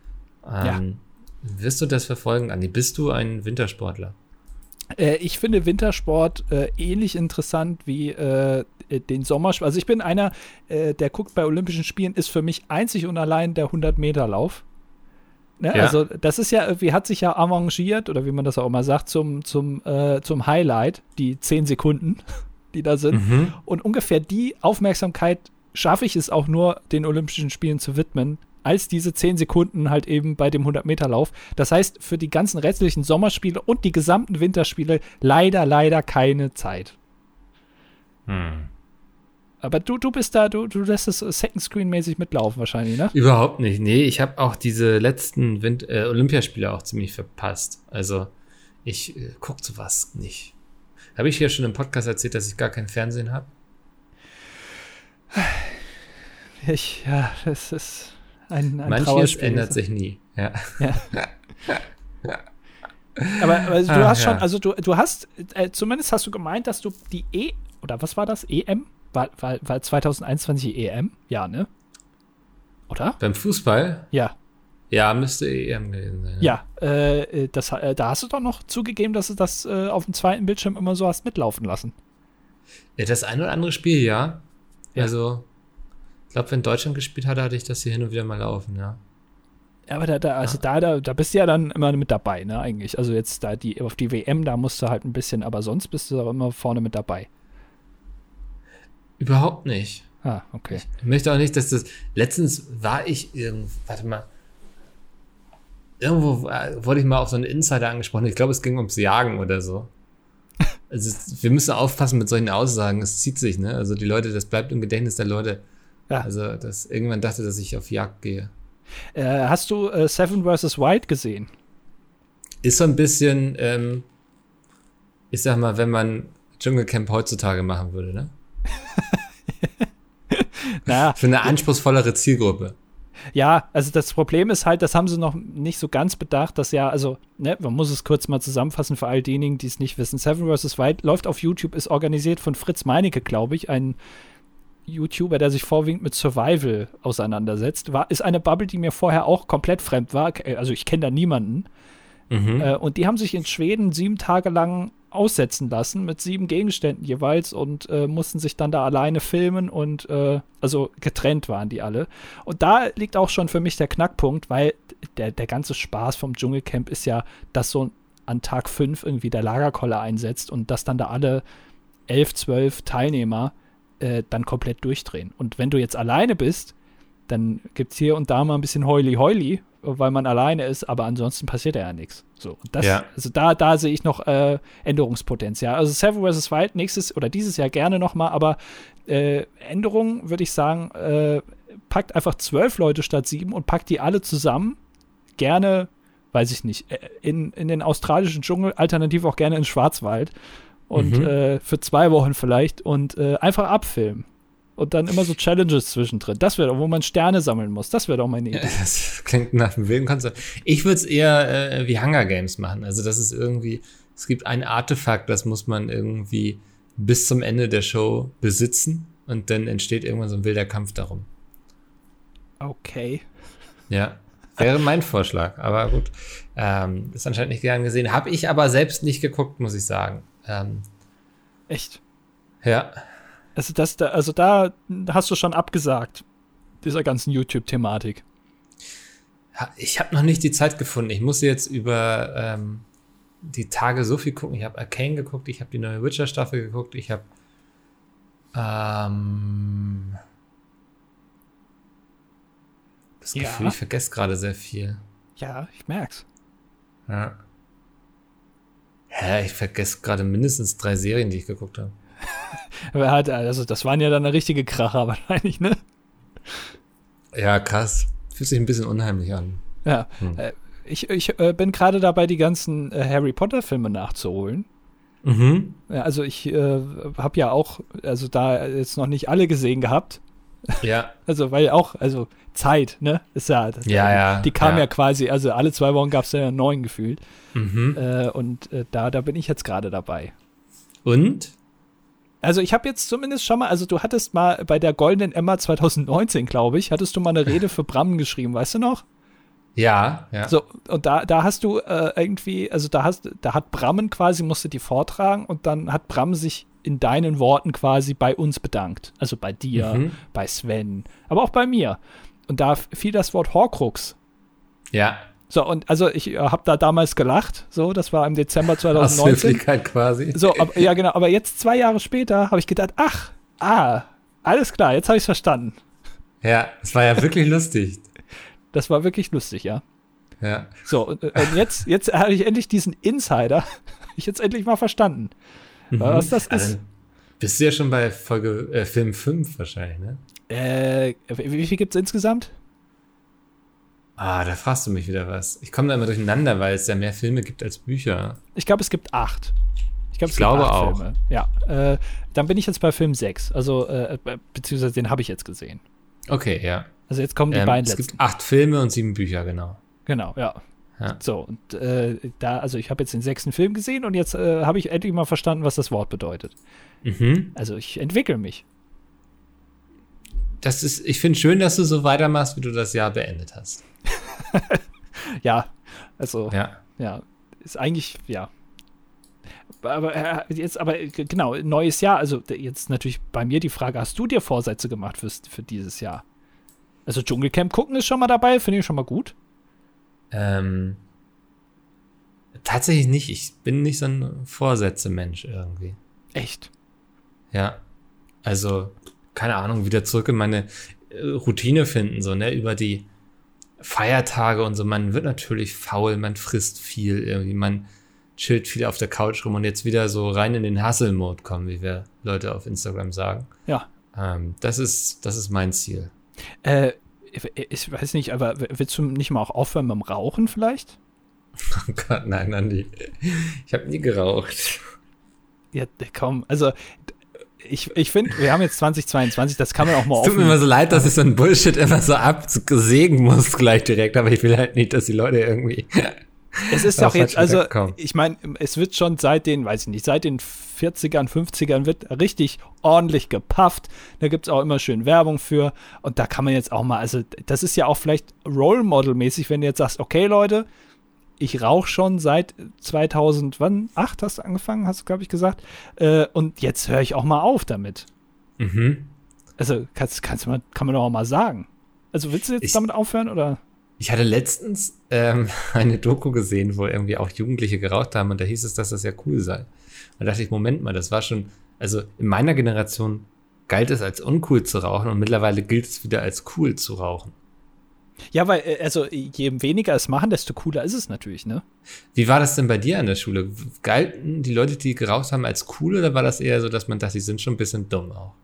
Wirst du das verfolgen, Andi? Bist du ein Wintersportler? Ich finde Wintersport ähnlich interessant wie den Sommersport. Also ich bin einer, der guckt bei Olympischen Spielen, ist für mich einzig und allein der 100-Meter-Lauf. Ne? Ja. Also das ist ja irgendwie, hat sich ja arrangiert, oder wie man das auch immer sagt, zum Highlight, die 10 Sekunden, die da sind. Mhm. Und ungefähr die Aufmerksamkeit schaffe ich es auch nur, den Olympischen Spielen zu widmen, als diese 10 Sekunden halt eben bei dem 100-Meter-Lauf. Das heißt, für die ganzen restlichen Sommerspiele und die gesamten Winterspiele leider keine Zeit. Aber du bist da, du lässt es Second-Screen-mäßig mitlaufen wahrscheinlich, ne? Überhaupt nicht. Nee, ich habe auch diese letzten Olympiaspiele auch ziemlich verpasst. Also, ich gucke sowas nicht. Habe ich ja schon im Podcast erzählt, dass ich gar kein Fernsehen habe? Das ist ein Manches ändert sich nie. Ja. Aber du hast schon, also du hast, zumindest hast du gemeint, dass du die oder was war das? EM? War 2021 EM? Ja, ne? Oder? Beim Fußball? Ja. Ja, müsste EM gewesen sein. Ja, da hast du doch noch zugegeben, dass du das auf dem zweiten Bildschirm immer so hast mitlaufen lassen. Ja, das ein oder andere Spiel, ja. Also, ich glaube, wenn Deutschland gespielt hat, hatte ich das hier hin und wieder mal laufen, ja. Ja, aber da bist du ja dann immer mit dabei, ne, eigentlich. Also jetzt auf die WM, da musst du halt ein bisschen, aber sonst bist du auch immer vorne mit dabei. Überhaupt nicht. Ah, okay. Ich möchte auch nicht, dass das, letztens war ich irgendwo wurde ich mal auf so einen Insider angesprochen. Ich glaube, es ging ums Jagen oder so. Also wir müssen aufpassen mit solchen Aussagen. Es zieht sich, ne? Also die Leute, das bleibt im Gedächtnis der Leute. Ja. Also dass irgendwann dachte, dass ich auf Jagd gehe. Hast du Seven vs. Wild gesehen? Ist so ein bisschen, ich sag mal, wenn man Dschungelcamp heutzutage machen würde, ne? Naja. Für eine anspruchsvollere Zielgruppe. Ja, also das Problem ist halt, das haben sie noch nicht so ganz bedacht, dass ja, also, ne, man muss es kurz mal zusammenfassen für all diejenigen, die es nicht wissen. Seven vs. Wild läuft auf YouTube, ist organisiert von Fritz Meinecke, glaube ich, ein YouTuber, der sich vorwiegend mit Survival auseinandersetzt. Ist eine Bubble, die mir vorher auch komplett fremd war. Also ich kenne da niemanden. Mhm. Und die haben sich in Schweden 7 Tage lang aussetzen lassen mit 7 Gegenständen jeweils und mussten sich dann da alleine filmen und also getrennt waren die alle. Und da liegt auch schon für mich der Knackpunkt, weil der ganze Spaß vom Dschungelcamp ist ja, dass so an Tag 5 irgendwie der Lagerkoller einsetzt und dass dann da alle 11, 12 Teilnehmer dann komplett durchdrehen. Und wenn du jetzt alleine bist, dann gibt es hier und da mal ein bisschen Heuli, weil man alleine ist, aber ansonsten passiert ja nichts. So, und das, also da sehe ich noch Änderungspotenzial. Also Seven vs. Wild dieses Jahr gerne nochmal, aber Änderungen würde ich sagen, packt einfach 12 Leute statt 7 und packt die alle zusammen. Gerne, weiß ich nicht, in den australischen Dschungel, alternativ auch gerne in Schwarzwald. Und für 2 Wochen vielleicht und einfach abfilmen. Und dann immer so Challenges zwischendrin. Das wäre doch, wo man Sterne sammeln muss. Das wäre doch meine Idee. Das klingt nach einem wilden Konzept. Ich würde es eher wie Hunger Games machen. Also das ist irgendwie, es gibt ein Artefakt, das muss man irgendwie bis zum Ende der Show besitzen. Und dann entsteht irgendwann so ein wilder Kampf darum. Okay. Ja, wäre mein Vorschlag. Aber gut, ist anscheinend nicht gern gesehen. Habe ich aber selbst nicht geguckt, muss ich sagen. Echt? Ja. Also da hast du schon abgesagt, dieser ganzen YouTube-Thematik. Ich habe noch nicht die Zeit gefunden. Ich muss jetzt über die Tage so viel gucken. Ich habe Arcane geguckt, ich habe die neue Witcher-Staffel geguckt, ich habe das Gefühl, ich vergesse gerade sehr viel. Ja, ich merk's. Ja. Ich vergesse gerade mindestens 3 Serien, die ich geguckt habe. Also das waren ja dann eine richtige Kracher wahrscheinlich, ne? Ja, krass. Fühlt sich ein bisschen unheimlich an. Ja, ich bin gerade dabei, die ganzen Harry Potter Filme nachzuholen. Mhm. Ja, also ich habe ja auch, also da jetzt noch nicht alle gesehen gehabt. Ja. Also weil auch, also Zeit, ne? Ist ja, die kam ja quasi, also alle 2 Wochen gab es ja einen neuen gefühlt. Mhm. Und da bin ich jetzt gerade dabei. Und? Also ich habe jetzt zumindest schon mal, also du hattest mal bei der Goldenen Emma 2019, glaube ich, hattest du mal eine Rede für Bram geschrieben, weißt du noch? Ja. So, und da hast du irgendwie, also da hat Brammen quasi, musste die vortragen und dann hat Bram sich in deinen Worten quasi bei uns bedankt. Also bei dir, bei Sven, aber auch bei mir. Und da fiel das Wort Horcrux. Ja. So, und also ich habe da damals gelacht, so, das war im Dezember 2019. Aus Höflichkeit quasi. So, ja genau, aber jetzt 2 Jahre später habe ich gedacht, alles klar, jetzt habe ich es verstanden. Ja, es war ja wirklich lustig. Das war wirklich lustig, ja. Ja. So, und jetzt habe ich endlich diesen Insider, habe ich jetzt endlich mal verstanden, was das ist. Bist du ja schon bei Folge Film 5 wahrscheinlich, ne? Wie viel gibt es insgesamt? Da fragst du mich wieder was. Ich komme da immer durcheinander, weil es ja mehr Filme gibt als Bücher. Ich glaube, es gibt 8. Ich glaube auch. Filme. Ja, dann bin ich jetzt bei Film 6, also beziehungsweise den habe ich jetzt gesehen. Okay, ja. Also jetzt kommen die beiden letzten. Es gibt 8 Filme und 7 Bücher, genau. Genau, ja. So, und also ich habe jetzt den 6. Film gesehen und jetzt habe ich endlich mal verstanden, was das Wort bedeutet. Mhm. Also ich entwickle mich. Ich finde schön, dass du so weitermachst, wie du das Jahr beendet hast. Ja, also, ja, ist eigentlich, ja. Aber genau, neues Jahr, also jetzt natürlich bei mir die Frage, hast du dir Vorsätze gemacht für dieses Jahr? Also Dschungelcamp gucken ist schon mal dabei, finde ich schon mal gut. Tatsächlich nicht, ich bin nicht so ein Vorsätze-Mensch irgendwie. Echt? Ja, also, keine Ahnung, wieder zurück in meine Routine finden, so, ne, über die Feiertage und so, man wird natürlich faul, man frisst viel irgendwie, man chillt viel auf der Couch rum und jetzt wieder so rein in den Hustle-Mode kommen, wie wir Leute auf Instagram sagen. Ja. Das ist mein Ziel. Ich weiß nicht, aber willst du nicht mal auch aufhören mit dem Rauchen vielleicht? Oh Gott, nein, Andi. Ich habe nie geraucht. Ja, komm, also ich finde, wir haben jetzt 2022, das kann man auch mal Es tut mir immer so leid, dass ich so ein Bullshit immer so absägen muss gleich direkt, aber ich will halt nicht, dass die Leute irgendwie es ist doch jetzt, also ich meine, es wird schon seit den 40ern, 50ern wird richtig ordentlich gepafft. Da gibt es auch immer schön Werbung für und da kann man jetzt auch mal, also das ist ja auch vielleicht Role Model-mäßig, wenn du jetzt sagst, okay Leute, ich rauche schon seit 2008 hast du angefangen, hast du, glaube ich, gesagt. Und jetzt höre ich auch mal auf damit. Mhm. Also kann man doch auch mal sagen. Also willst du jetzt damit aufhören, oder? Ich hatte letztens eine Doku gesehen, wo irgendwie auch Jugendliche geraucht haben und da hieß es, dass das ja cool sei. Und da dachte ich, Moment mal, das war schon, also in meiner Generation galt es als uncool zu rauchen und mittlerweile gilt es wieder als cool zu rauchen. Ja, weil, also je weniger es machen, desto cooler ist es natürlich, ne? Wie war das denn bei dir an der Schule? Galten die Leute, die geraucht haben, als cool oder war das eher so, dass man dachte, die sind schon ein bisschen dumm auch?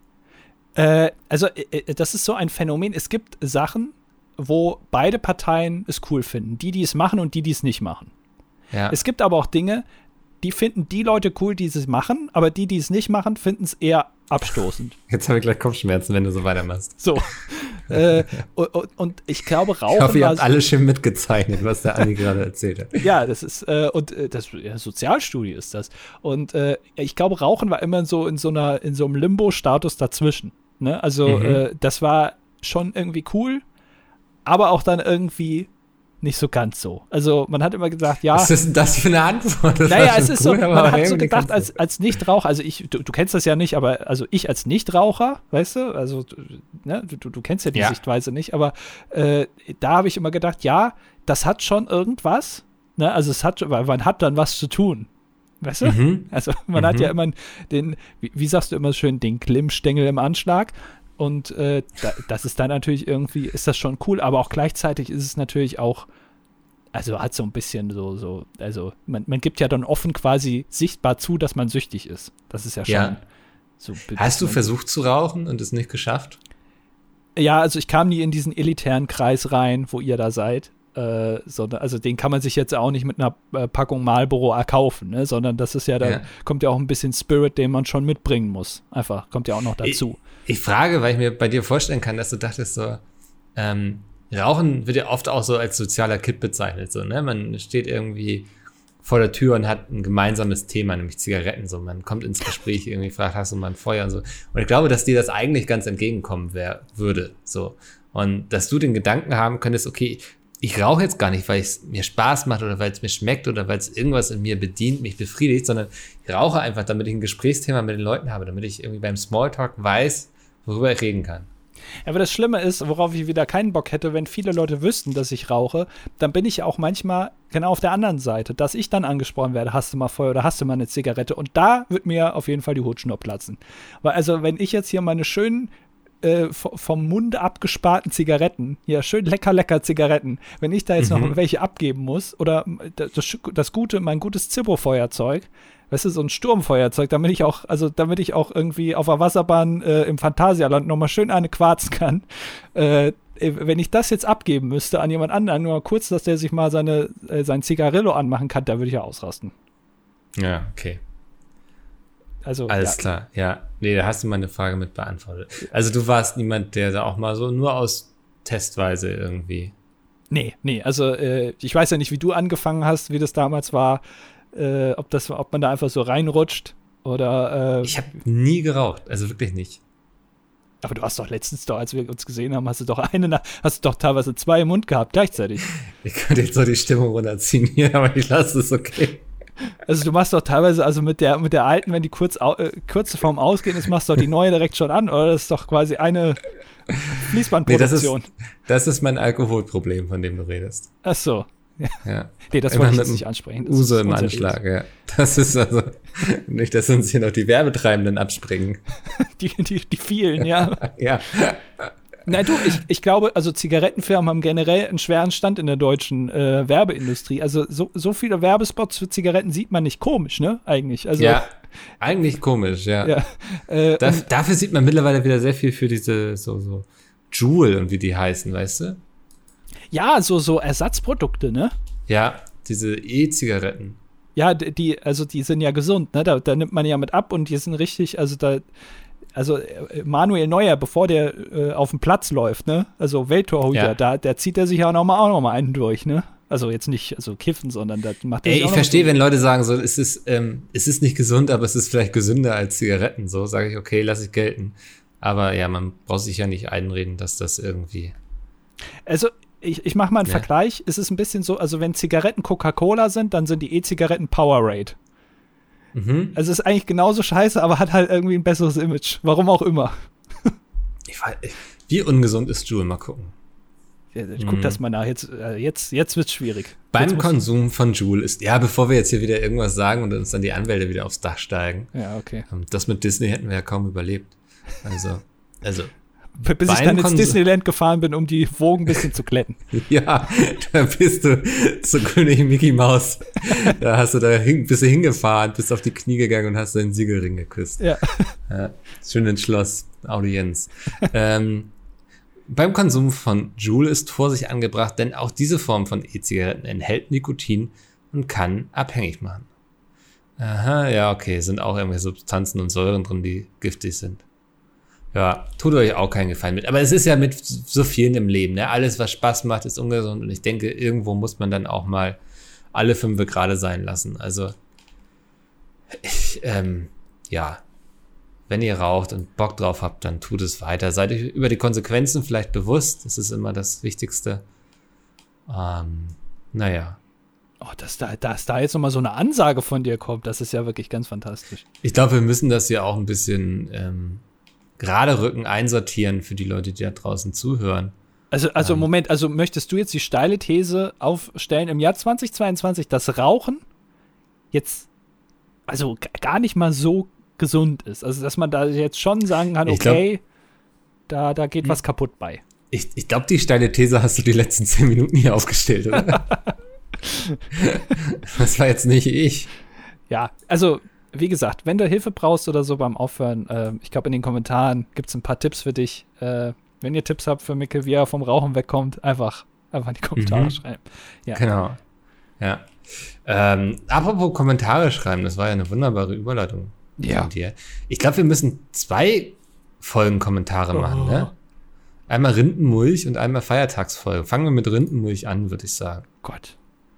Das ist so ein Phänomen. Es gibt Sachen, wo beide Parteien es cool finden. Die es machen und die es nicht machen. Ja. Es gibt aber auch Dinge, die finden die Leute cool, die es machen, aber die es nicht machen, finden es eher abstoßend. Jetzt habe ich gleich Kopfschmerzen, wenn du so weitermachst. So. Und ich glaube, Rauchen. Ich hoffe, ihr habt alle schön mitgezeichnet, was der Andi gerade erzählt hat. Ja, das ist, Sozialstudie ist das. Und ich glaube, Rauchen war immer so in so einem Limbo-Status dazwischen. Ne? Also, das war schon irgendwie cool, aber auch dann irgendwie nicht so ganz so. Also man hat immer gesagt, ja. Was ist denn das für eine Antwort? Naja, es ist cool, so, man hat so gedacht, als Nichtraucher, also du kennst das ja nicht, aber also ich als Nichtraucher, weißt du, also ne, du kennst ja die Sichtweise nicht, aber da habe ich immer gedacht, ja, das hat schon irgendwas, ne, also weil man hat dann was zu tun. Weißt du? Also man hat ja immer den, wie sagst du immer schön, den Glimmstängel im Anschlag. Und das ist dann natürlich irgendwie, ist das schon cool, aber auch gleichzeitig ist es natürlich auch, also hat so ein bisschen so also man gibt ja dann offen quasi sichtbar zu, dass man süchtig ist. Das ist ja schon so. Hast du versucht zu rauchen und es nicht geschafft? Ja, also ich kam nie in diesen elitären Kreis rein, wo ihr da seid. sondern, also den kann man sich jetzt auch nicht mit einer Packung Marlboro erkaufen, ne? Sondern das ist ja, da kommt ja auch ein bisschen Spirit, den man schon mitbringen muss. Einfach, kommt ja auch noch dazu. Ich frage, weil ich mir bei dir vorstellen kann, dass du dachtest so, Rauchen wird ja oft auch so als sozialer Kipp bezeichnet, so, ne? Man steht irgendwie vor der Tür und hat ein gemeinsames Thema, nämlich Zigaretten, so. Man kommt ins Gespräch, irgendwie fragt, hast du mal ein Feuer und so. Und ich glaube, dass dir das eigentlich ganz entgegenkommen würde, so. Und dass du den Gedanken haben könntest, okay, ich rauche jetzt gar nicht, weil es mir Spaß macht oder weil es mir schmeckt oder weil es irgendwas in mir bedient, mich befriedigt, sondern ich rauche einfach, damit ich ein Gesprächsthema mit den Leuten habe, damit ich irgendwie beim Smalltalk weiß, worüber ich reden kann. Aber das Schlimme ist, worauf ich wieder keinen Bock hätte, wenn viele Leute wüssten, dass ich rauche, dann bin ich ja auch manchmal genau auf der anderen Seite, dass ich dann angesprochen werde, hast du mal Feuer oder hast du mal eine Zigarette? Und da wird mir auf jeden Fall die Hutschnur platzen. Weil also, wenn ich jetzt hier meine schönen vom Mund abgesparten Zigaretten, ja, schön lecker Zigaretten, wenn ich da jetzt noch welche abgeben muss oder mein gutes Zippo-Feuerzeug, weißt du, so ein Sturmfeuerzeug, damit ich auch irgendwie auf der Wasserbahn im Phantasialand nochmal schön eine quarzen kann, wenn ich das jetzt abgeben müsste an jemand anderen, nur kurz, dass der sich mal sein Zigarillo anmachen kann, da würde ich ja ausrasten. Ja, okay. Also, alles klar, ja. Nee, da hast du meine Frage mit beantwortet. Also du warst niemand, der da auch mal so nur aus Testweise irgendwie. Nee, also ich weiß ja nicht, wie du angefangen hast, wie das damals war, ob man da einfach so reinrutscht oder ich habe nie geraucht, also wirklich nicht. Aber du hast doch letztens als wir uns gesehen haben, hast du doch teilweise 2 im Mund gehabt, gleichzeitig. Ich könnte jetzt so die Stimmung runterziehen hier, aber ich lasse es okay. Also du machst doch teilweise, also mit der alten, wenn die kurz vorm Ausgehen ist, machst du doch die neue direkt schon an, oder? Das ist doch quasi eine Fließbandproduktion. Nee, das ist mein Alkoholproblem, von dem du redest. Ach so. Ja. Nee, das wollte ich jetzt nicht ansprechen. Das Uso im Anschlag, ja. Das ist also nicht, dass uns hier noch die Werbetreibenden abspringen. Die vielen, ja. Ja. Na du, ich glaube, also Zigarettenfirmen haben generell einen schweren Stand in der deutschen Werbeindustrie. Also so viele Werbespots für Zigaretten sieht man nicht, komisch, ne? Eigentlich. Also, ja, eigentlich komisch, ja. Dafür sieht man mittlerweile wieder sehr viel für diese so Juul und wie die heißen, weißt du? Ja, so Ersatzprodukte, ne? Ja, diese E-Zigaretten. Ja, die sind ja gesund, ne? Da nimmt man ja mit ab und die sind richtig, also Manuel Neuer, bevor der auf dem Platz läuft, ne? Also Welttorhüter, der zieht er sich ja auch noch mal einen durch, ne? Also jetzt nicht kiffen, sondern das macht er. Ich verstehe, wenn Leute sagen, so es ist nicht gesund, aber es ist vielleicht gesünder als Zigaretten, so sage ich, okay, lasse ich gelten. Aber ja, man braucht sich ja nicht einreden, dass das irgendwie. Also ich mache mal einen Vergleich. Es ist ein bisschen so, also wenn Zigaretten Coca-Cola sind, dann sind die E-Zigaretten Powerade. Also es ist eigentlich genauso scheiße, aber hat halt irgendwie ein besseres Image. Warum auch immer. Wie ungesund ist Juul? Mal gucken. Ja, ich guck das mal nach. Jetzt wird's schwierig. Beim Konsum von Juul ist, bevor wir jetzt hier wieder irgendwas sagen und uns dann die Anwälte wieder aufs Dach steigen. Ja, okay. Das mit Disney hätten wir ja kaum überlebt. Also bis ich dann ins Disneyland gefahren bin, um die Wogen ein bisschen zu glätten. Ja, da bist du zu König Mickey Maus. Da bist du hingefahren, bist auf die Knie gegangen und hast deinen Siegelring geküsst. Ja. Schön ins Schloss, Audienz. Beim Konsum von Juul ist Vorsicht angebracht, denn auch diese Form von E-Zigaretten enthält Nikotin und kann abhängig machen. Aha, ja, okay, sind auch irgendwelche Substanzen und Säuren drin, die giftig sind. Ja, tut euch auch keinen Gefallen mit. Aber es ist ja mit so vielen im Leben, ne? Alles, was Spaß macht, ist ungesund. Und ich denke, irgendwo muss man dann auch mal alle 5 gerade sein lassen. Also, wenn ihr raucht und Bock drauf habt, dann tut es weiter. Seid euch über die Konsequenzen vielleicht bewusst. Das ist immer das Wichtigste. Naja. Oh, dass da jetzt nochmal so eine Ansage von dir kommt, das ist ja wirklich ganz fantastisch. Ich glaube, wir müssen das ja auch ein bisschen gerade Rücken einsortieren für die Leute, die da draußen zuhören. Also Moment, also möchtest du jetzt die steile These aufstellen, im Jahr 2022, dass Rauchen jetzt also gar nicht mal so gesund ist? Also, dass man da jetzt schon sagen kann, okay, da geht was kaputt bei. Ich glaube, die steile These hast du die letzten 10 Minuten hier aufgestellt, oder? Das war jetzt nicht ich. Ja, also wie gesagt, wenn du Hilfe brauchst oder so beim Aufhören, ich glaube, in den Kommentaren gibt es ein paar Tipps für dich. Wenn ihr Tipps habt für Micke, wie er vom Rauchen wegkommt, einfach Einfach in die Kommentare schreiben. Ja. Genau. Ja. Apropos Kommentare schreiben, das war ja eine wunderbare Überleitung von dir. Ich glaube, wir müssen 2 Folgen Kommentare machen, ne? Einmal Rindenmulch und einmal Feiertagsfolge. Fangen wir mit Rindenmulch an, würde ich sagen. Gott.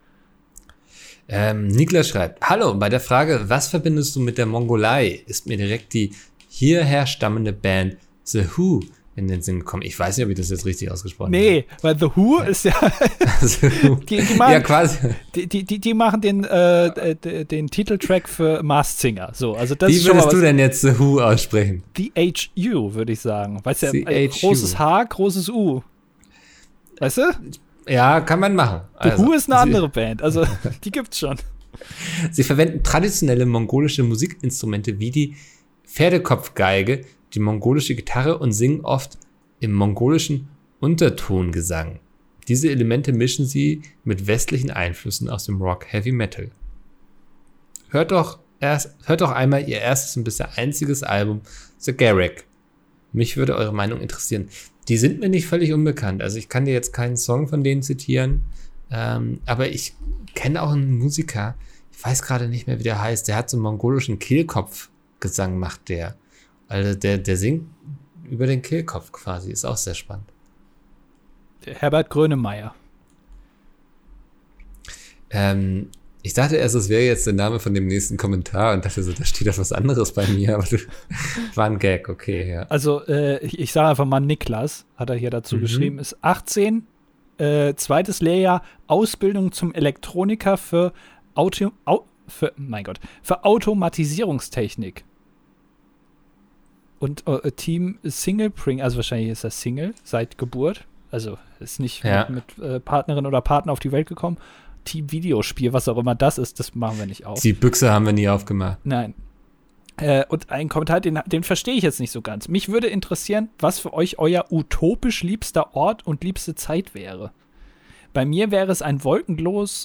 Niklas schreibt, hallo, bei der Frage, was verbindest du mit der Mongolei, ist mir direkt die hierher stammende Band The Who in den Sinn gekommen. Ich weiß nicht, ob ich das jetzt richtig ausgesprochen habe. Nee, weil The Who ist ja die machen, ja, quasi. Die machen den Titeltrack für Masked Singer. So, also das Wie ist schon würdest du denn jetzt The Who aussprechen? The HU, würde ich sagen. Weißt du, großes H, großes U. Weißt du? Ja, kann man machen. The Who ist eine andere Band, also die gibt's schon. Sie verwenden traditionelle mongolische Musikinstrumente wie die Pferdekopfgeige, die mongolische Gitarre und singen oft im mongolischen Untertongesang. Diese Elemente mischen sie mit westlichen Einflüssen aus dem Rock Heavy Metal. Hört doch einmal ihr erstes und bisher einziges Album The Garrick. Mich würde eure Meinung interessieren. Die sind mir nicht völlig unbekannt. Also ich kann dir jetzt keinen Song von denen zitieren, aber ich kenne auch einen Musiker, ich weiß gerade nicht mehr, wie der heißt, der hat so einen mongolischen Kehlkopfgesang, macht der. Also der singt über den Kehlkopf quasi, ist auch sehr spannend. Der Herbert Grönemeyer. Ich dachte erst, das wäre jetzt der Name von dem nächsten Kommentar und dachte so, da steht doch was anderes bei mir, aber war ein Gag, okay, ja. Also, ich sage einfach mal Niklas, hat er hier dazu geschrieben, ist 18, zweites Lehrjahr, Ausbildung zum Elektroniker für Automatisierungstechnik. Und Team Single-Pring, also wahrscheinlich ist das Single seit Geburt, also ist nicht mit Partnerin oder Partner auf die Welt gekommen. Team Videospiel, was auch immer das ist, das machen wir nicht auf. Die Büchse haben wir nie aufgemacht. Nein. Und ein Kommentar, den verstehe ich jetzt nicht so ganz. Mich würde interessieren, was für euch euer utopisch liebster Ort und liebste Zeit wäre. Bei mir wäre es ein wolkenloser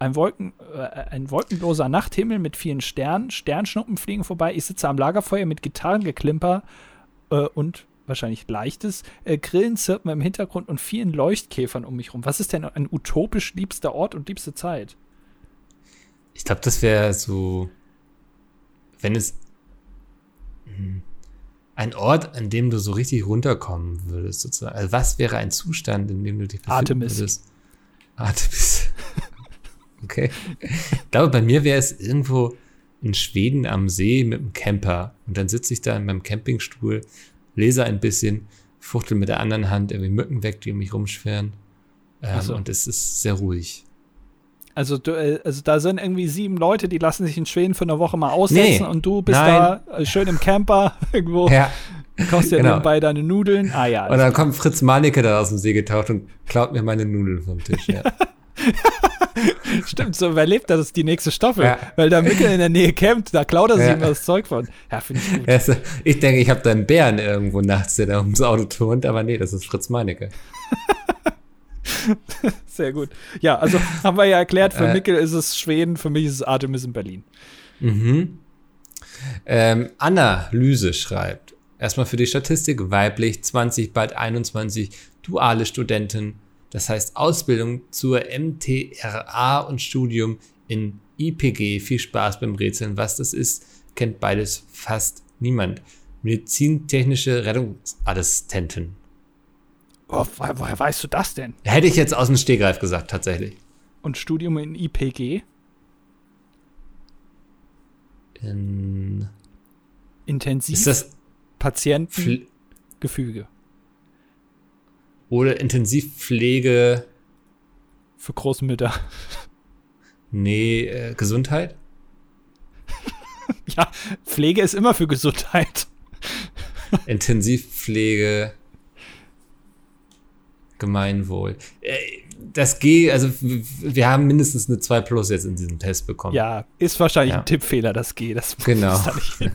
Nachthimmel mit vielen Sternen, Sternschnuppen fliegen vorbei, ich sitze am Lagerfeuer mit Gitarrengeklimper und wahrscheinlich leichtes Grillenzirpen im Hintergrund und vielen Leuchtkäfern um mich rum. Was ist denn ein utopisch liebster Ort und liebste Zeit? Ich glaube, das wäre so, wenn es ein Ort, an dem du so richtig runterkommen würdest, sozusagen. Also was wäre ein Zustand, in dem du dich befinden würdest? Artemis. Okay. Ich glaube, bei mir wäre es irgendwo in Schweden am See mit einem Camper. Und dann sitze ich da in meinem Campingstuhl, lese ein bisschen, fuchtel mit der anderen Hand irgendwie Mücken weg, die um mich rumschwirren. Und es ist sehr ruhig. Also da sind irgendwie 7 Leute, die lassen sich in Schweden für eine Woche mal aussetzen und du bist da schön im Camper irgendwo, kaufst dir nebenbei deine Nudeln. Ah ja. Und dann kommt Fritz Meinecke da aus dem See getaucht und klaut mir meine Nudeln vom Tisch. Ja. Stimmt, so überlebt das die nächste Staffel, weil da Mickel in der Nähe campt, da klaut er sich immer das Zeug von. Ja, finde ich gut. Also, ich denke, ich habe da einen Bären irgendwo nachts, der da ums Auto turnt, aber nee, das ist Fritz Meinecke. Sehr gut. Ja, also haben wir ja erklärt, für Mickel ist es Schweden, für mich ist es Artemis in Berlin. Anna Lüse schreibt, erstmal für die Statistik, weiblich, 20, bald 21, duale Studentin, das heißt Ausbildung zur MTRA und Studium in IPG. Viel Spaß beim Rätseln. Was das ist, kennt beides fast niemand. Medizintechnische Rettungsassistentin. Oh, woher weißt du das denn? Hätte ich jetzt aus dem Stegreif gesagt, tatsächlich. Und Studium in IPG? Intensiv ist das Patientengefüge. Oder Intensivpflege. Für Großmütter. Nee, Gesundheit? Ja, Pflege ist immer für Gesundheit. Intensivpflege. Gemeinwohl. Das G, also wir haben mindestens eine 2+ jetzt in diesem Test bekommen. Ja, ist wahrscheinlich ein Tippfehler, das G. Das genau. Da nicht hin.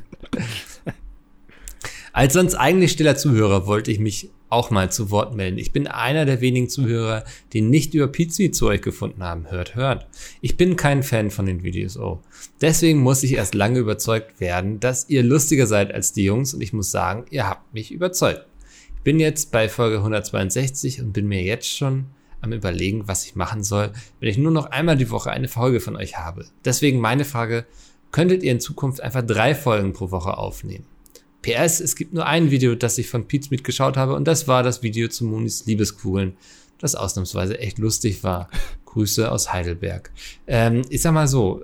Als sonst eigentlich stiller Zuhörer wollte ich mich auch mal zu Wort melden. Ich bin einer der wenigen Zuhörer, die nicht über Pizzi zu euch gefunden haben. Hört. Ich bin kein Fan von den Videos. Deswegen muss ich erst lange überzeugt werden, dass ihr lustiger seid als die Jungs und ich muss sagen, ihr habt mich überzeugt. Ich bin jetzt bei Folge 162 und bin mir jetzt schon am Überlegen, was ich machen soll, wenn ich nur noch einmal die Woche eine Folge von euch habe. Deswegen meine Frage, könntet ihr in Zukunft einfach 3 Folgen pro Woche aufnehmen? PS, es gibt nur ein Video, das ich von Pete Smith geschaut habe und das war das Video zu Monis Liebeskugeln, das ausnahmsweise echt lustig war. Grüße aus Heidelberg. Ich sag mal so,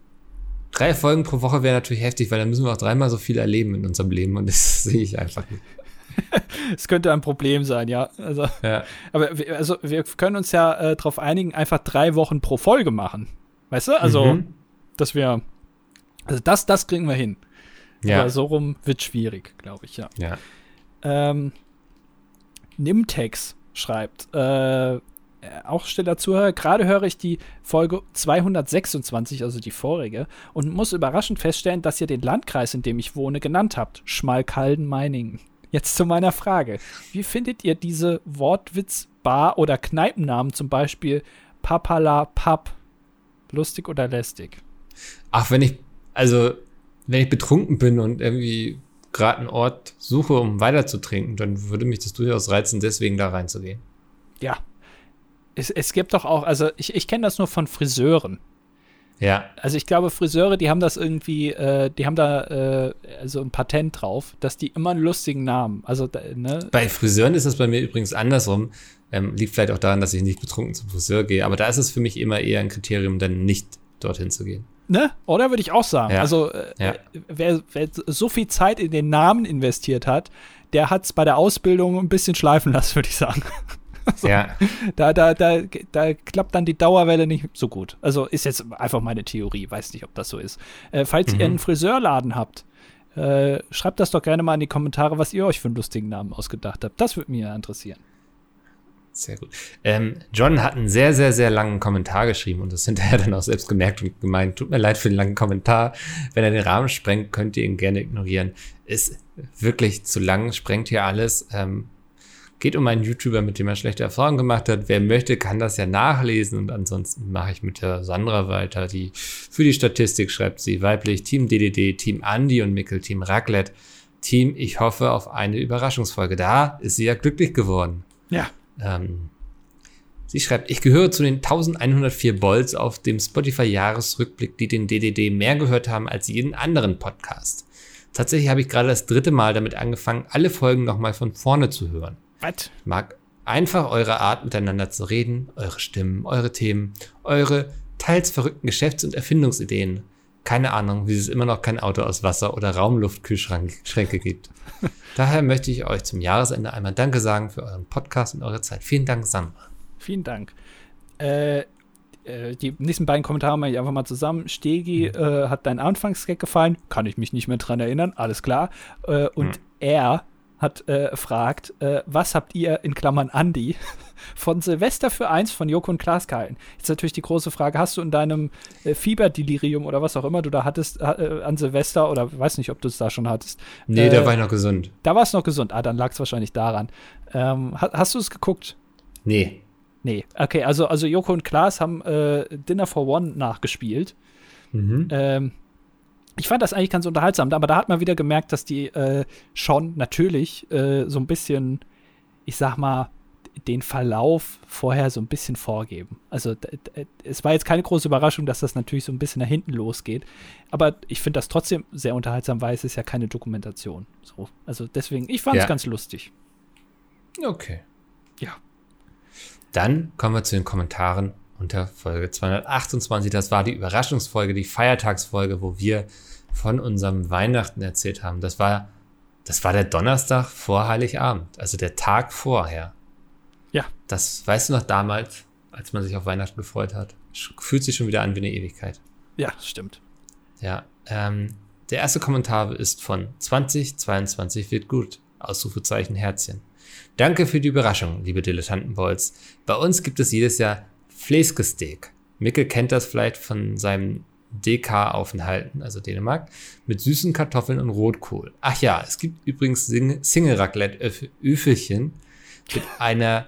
3 Folgen pro Woche wäre natürlich heftig, weil dann müssen wir auch 3-mal so viel erleben in unserem Leben und das sehe ich einfach nicht. Es könnte ein Problem sein, ja. Also, ja. Aber wir können uns ja darauf einigen, einfach 3 Wochen pro Folge machen. Weißt du? Also, dass wir, also das kriegen wir hin. Ja. Aber so rum wird schwierig, glaube ich, ja. Ja. Nimtex schreibt, auch stiller Zuhörer, gerade höre ich die Folge 226, also die vorige, und muss überraschend feststellen, dass ihr den Landkreis, in dem ich wohne, genannt habt. Schmalkalden-Meiningen. Jetzt zu meiner Frage. Wie findet ihr diese Wortwitz-Bar- oder Kneipennamen, zum Beispiel Papala Pub? Lustig oder lästig? Ach, wenn ich betrunken bin und irgendwie gerade einen Ort suche, um weiter zu trinken, dann würde mich das durchaus reizen, deswegen da reinzugehen. Ja. Es gibt doch auch, also ich kenne das nur von Friseuren. Ja. Also ich glaube, Friseure, die haben das irgendwie, die haben da also ein Patent drauf, dass die immer einen lustigen Namen, also ne? Bei Friseuren ist das bei mir übrigens andersrum. Liegt vielleicht auch daran, dass ich nicht betrunken zum Friseur gehe, aber da ist es für mich immer eher ein Kriterium, dann nicht dorthin zu gehen. Ne? Oder würde ich auch sagen. Ja. Also wer so viel Zeit in den Namen investiert hat, der hat es bei der Ausbildung ein bisschen schleifen lassen, würde ich sagen. Also, ja. Da klappt dann die Dauerwelle nicht so gut. Also ist jetzt einfach meine Theorie, weiß nicht, ob das so ist. Falls ihr einen Friseurladen habt, schreibt das doch gerne mal in die Kommentare, was ihr euch für einen lustigen Namen ausgedacht habt. Das würde mich ja interessieren. Sehr gut. John hat einen sehr, sehr, sehr langen Kommentar geschrieben und das hinterher dann auch selbst gemerkt und gemeint, tut mir leid für den langen Kommentar. Wenn er den Rahmen sprengt, könnt ihr ihn gerne ignorieren. Ist wirklich zu lang, sprengt hier alles. Geht um einen YouTuber, mit dem er schlechte Erfahrungen gemacht hat. Wer möchte, kann das ja nachlesen. Und ansonsten mache ich mit der Sandra weiter, die für die Statistik schreibt sie weiblich, Team DDD, Team Andi und Mikkel, Team Raclette, Team ich hoffe auf eine Überraschungsfolge. Da ist sie ja glücklich geworden. Ja. Sie schreibt, ich gehöre zu den 1104 Bolts auf dem Spotify-Jahresrückblick, die den DDD mehr gehört haben als jeden anderen Podcast. Tatsächlich habe ich gerade das 3. Mal damit angefangen, alle Folgen nochmal von vorne zu hören. Was? Ich mag einfach eure Art, miteinander zu reden, eure Stimmen, eure Themen, eure teils verrückten Geschäfts- und Erfindungsideen. Keine Ahnung, wie es immer noch kein Auto aus Wasser oder Raumluftkühlschränke gibt. Daher möchte ich euch zum Jahresende einmal Danke sagen für euren Podcast und eure Zeit. Vielen Dank, Sandra. Vielen Dank. Die nächsten beiden Kommentare mache ich einfach mal zusammen. Stegi, hat dein Anfangsgag gefallen? Kann ich mich nicht mehr dran erinnern, alles klar. Und er hat fragt, was habt ihr, in Klammern Andi, von Silvester für 1 von Joko und Klaas gehalten? Jetzt natürlich die große Frage, hast du in deinem Fieberdelirium oder was auch immer du da hattest an Silvester, oder weiß nicht, ob du es da schon hattest. Nee, da war ich noch gesund. Da war es noch gesund. Dann lag es wahrscheinlich daran. Hast du es geguckt? Nee. Nee, okay, also Joko und Klaas haben Dinner for One nachgespielt. Ich fand das eigentlich ganz unterhaltsam, aber da hat man wieder gemerkt, dass die schon natürlich so ein bisschen, ich sag mal, den Verlauf vorher so ein bisschen vorgeben. Also es war jetzt keine große Überraschung, dass das natürlich so ein bisschen nach hinten losgeht, aber ich finde das trotzdem sehr unterhaltsam, weil es ist ja keine Dokumentation. So. Also deswegen, ich fand es ganz lustig. Okay. Ja. Dann kommen wir zu den Kommentaren unter Folge 228. Das war die Überraschungsfolge, die Feiertagsfolge, wo wir von unserem Weihnachten erzählt haben. Das war der Donnerstag vor Heiligabend, also der Tag vorher. Ja. Das weißt du noch damals, als man sich auf Weihnachten gefreut hat. Fühlt sich schon wieder an wie eine Ewigkeit. Ja, stimmt. Ja, der erste Kommentar ist von 2022 wird gut. Ausrufezeichen Herzchen. Danke für die Überraschung, liebe Dilettantenbolz. Bei uns gibt es jedes Jahr Fläskesteak. Mikkel kennt das vielleicht von seinem DK-Aufenthalten, also Dänemark, mit süßen Kartoffeln und Rotkohl. Ach ja, es gibt übrigens Single-Raclette-Öfelchen mit einer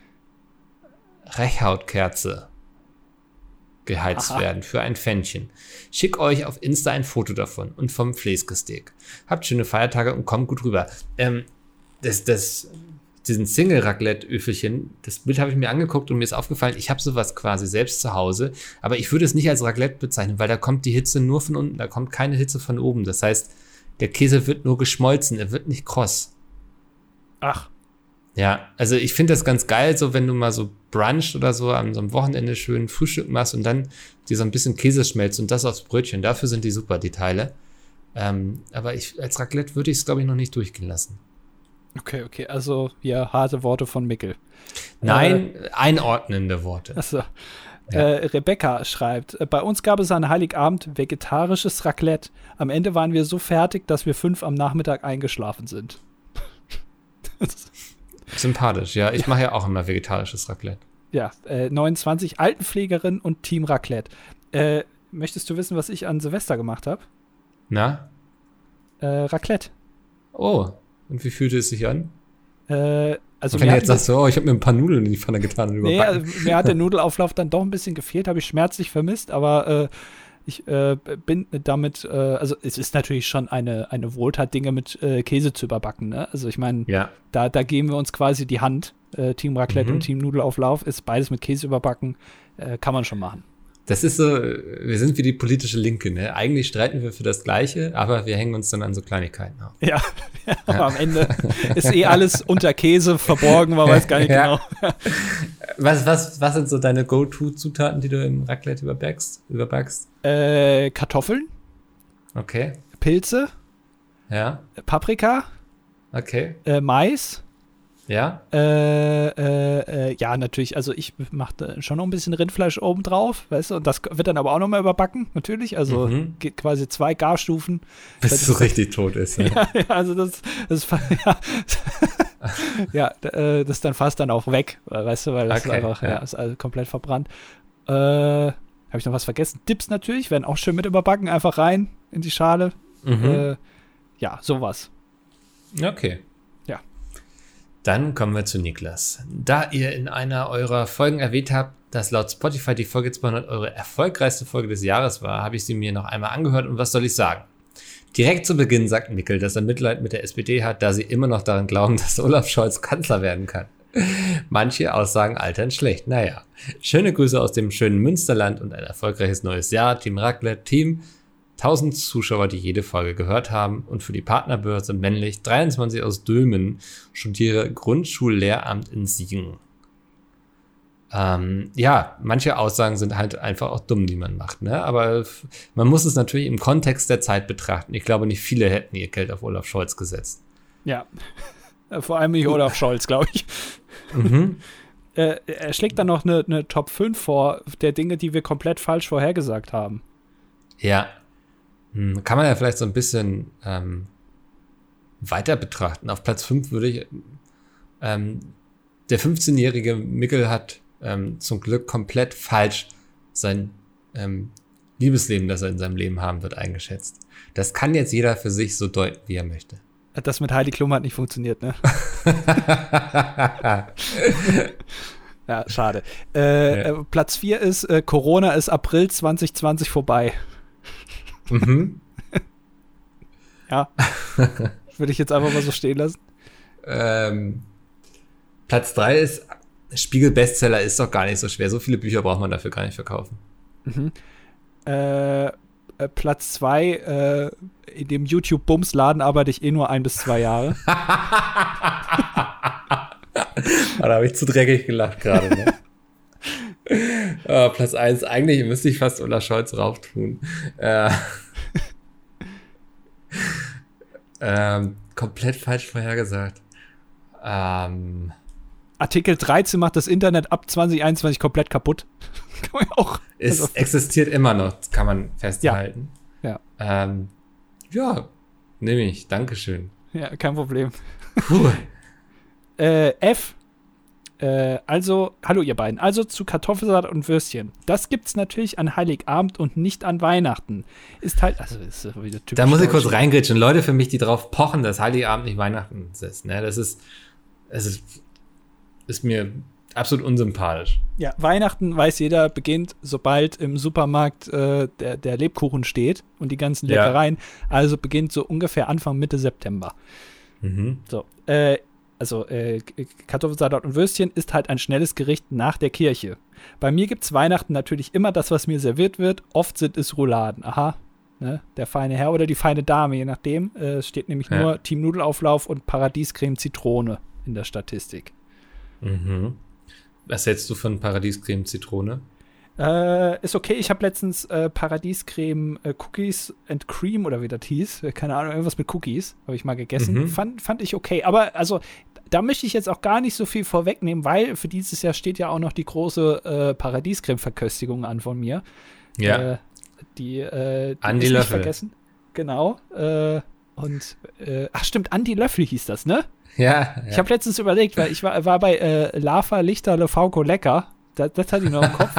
Rechhautkerze geheizt werden für ein Pfännchen. Schick euch auf Insta ein Foto davon und vom Fläskesteak. Habt schöne Feiertage und kommt gut rüber. diesen Single-Raclette-Öfelchen, das Bild habe ich mir angeguckt und mir ist aufgefallen, ich habe sowas quasi selbst zu Hause, aber ich würde es nicht als Raclette bezeichnen, weil da kommt die Hitze nur von unten, da kommt keine Hitze von oben. Das heißt, der Käse wird nur geschmolzen, er wird nicht kross. Ach. Ja, also ich finde das ganz geil, so wenn du mal so bruncht oder so an so einem Wochenende schön Frühstück machst und dann dir so ein bisschen Käse schmelzt und das aufs Brötchen, dafür sind die super, die Teile. Aber als Raclette würde ich es, glaube ich, noch nicht durchgehen lassen. Okay, also ja, harte Worte von Mickel. Nein, einordnende Worte. Achso. Ja. Rebecca schreibt, bei uns gab es an Heiligabend vegetarisches Raclette. Am Ende waren wir so fertig, dass wir 5 am Nachmittag eingeschlafen sind. Sympathisch, ja. Ich mache ja auch immer vegetarisches Raclette. Ja, 29, Altenpflegerin und Team Raclette. Möchtest du wissen, was ich an Silvester gemacht habe? Na? Raclette. Oh, und wie fühlte es sich an? Also wenn du jetzt sagst, ich habe mir ein paar Nudeln in die Pfanne getan und überbacken. Nee, mir hat der Nudelauflauf dann doch ein bisschen gefehlt, habe ich schmerzlich vermisst, aber ich bin damit, also es ist natürlich schon eine Wohltat, Dinge mit Käse zu überbacken, ne? Also ich meine, ja. da geben wir uns quasi die Hand. Team Raclette und Team Nudelauflauf ist beides mit Käse überbacken, kann man schon machen. Das ist so, wir sind wie die politische Linke, ne? Eigentlich streiten wir für das Gleiche, aber wir hängen uns dann an so Kleinigkeiten auf. Ja, aber am Ende ist alles unter Käse verborgen, man weiß gar nicht genau. Was sind so deine Go-To-Zutaten, die du im Raclette überbackst? Kartoffeln. Okay. Pilze. Ja. Paprika. Okay. Mais. Ja. Ja, natürlich, also ich mache schon noch ein bisschen Rindfleisch oben drauf, weißt du, und das wird dann aber auch nochmal überbacken, natürlich, also geht quasi 2 Garstufen. Bis es so richtig tot ist. Ja, also das ja, das ist dann fast dann auch weg, weißt du, weil das ist einfach, ist also komplett verbrannt. Habe ich noch was vergessen? Dips natürlich, werden auch schön mit überbacken, einfach rein in die Schale. Ja, sowas. Okay. Dann kommen wir zu Niklas. Da ihr in einer eurer Folgen erwähnt habt, dass laut Spotify die Folge 200 eure erfolgreichste Folge des Jahres war, habe ich sie mir noch einmal angehört und was soll ich sagen? Direkt zu Beginn sagt Mikkel, dass er Mitleid mit der SPD hat, da sie immer noch daran glauben, dass Olaf Scholz Kanzler werden kann. Manche Aussagen altern schlecht. Naja, schöne Grüße aus dem schönen Münsterland und ein erfolgreiches neues Jahr. Team Raclette, Team 1000 Zuschauer, die jede Folge gehört haben und für die Partnerbörse männlich 23 aus Dülmen, studiere Grundschullehramt in Siegen. Ja, manche Aussagen sind halt einfach auch dumm, die man macht, ne? Aber man muss es natürlich im Kontext der Zeit betrachten. Ich glaube, nicht viele hätten ihr Geld auf Olaf Scholz gesetzt. Ja, vor allem nicht Olaf Scholz, glaube ich. Er schlägt dann noch eine Top 5 vor der Dinge, die wir komplett falsch vorhergesagt haben. Ja. Kann man ja vielleicht so ein bisschen weiter betrachten. Auf Platz 5 würde ich der 15-jährige Mikkel hat zum Glück komplett falsch sein Liebesleben, das er in seinem Leben haben wird, eingeschätzt. Das kann jetzt jeder für sich so deuten, wie er möchte. Das mit Heidi Klum hat nicht funktioniert, ne? Ja, schade. Platz 4 ist Corona ist April 2020 vorbei. Ja. Würde ich jetzt einfach mal so stehen lassen. Platz 3 ist Spiegel-Bestseller ist doch gar nicht so schwer. So viele Bücher braucht man dafür gar nicht verkaufen. Platz 2 in dem YouTube-Bums-Laden arbeite ich nur 1 bis 2 Jahre. Da habe ich zu dreckig gelacht gerade, ne? Platz 1, eigentlich müsste ich fast Olaf Scholz rauf tun. Komplett falsch vorhergesagt. Artikel 13 macht das Internet ab 2021 komplett kaputt. Kann man auch. Es existiert immer noch, kann man festhalten. Ja. Ja, nehme ich. Dankeschön. Ja, kein Problem. F. Also, hallo ihr beiden. Also zu Kartoffelsalat und Würstchen. Das gibt's natürlich an Heiligabend und nicht an Weihnachten. Ist halt, also ist wieder typisch. Da muss ich kurz reingrätschen. Leute für mich, die drauf pochen, dass Heiligabend nicht Weihnachten ist. Ne? Das ist mir absolut unsympathisch. Ja, Weihnachten, weiß jeder, beginnt, sobald im Supermarkt der Lebkuchen steht und die ganzen Leckereien. Also beginnt so ungefähr Anfang, Mitte September. So, also Kartoffelsalat und Würstchen ist halt ein schnelles Gericht nach der Kirche. Bei mir gibt es Weihnachten natürlich immer das, was mir serviert wird. Oft sind es Rouladen. Aha, ne? Der feine Herr oder die feine Dame, je nachdem. Es steht nämlich nur Team Nudelauflauf und Paradiescreme Zitrone in der Statistik. Mhm. Was hältst du von Paradiescreme Zitrone? Ist okay. Ich habe letztens Paradiescreme Cookies and Cream oder wie das hieß. Keine Ahnung, irgendwas mit Cookies. Habe ich mal gegessen. Mhm. Fand ich okay. Aber also, da möchte ich jetzt auch gar nicht so viel vorwegnehmen, weil für dieses Jahr steht ja auch noch die große Paradiescreme-Verköstigung an von mir. Ja. Die Andi ist Löffel. nicht vergessen. Genau. Ach stimmt, Andi Löffel hieß das, ne? Ja. Ich habe letztens überlegt, weil ich war bei Lava Lichterle Fauco Lecker. Das hatte ich noch im Kopf.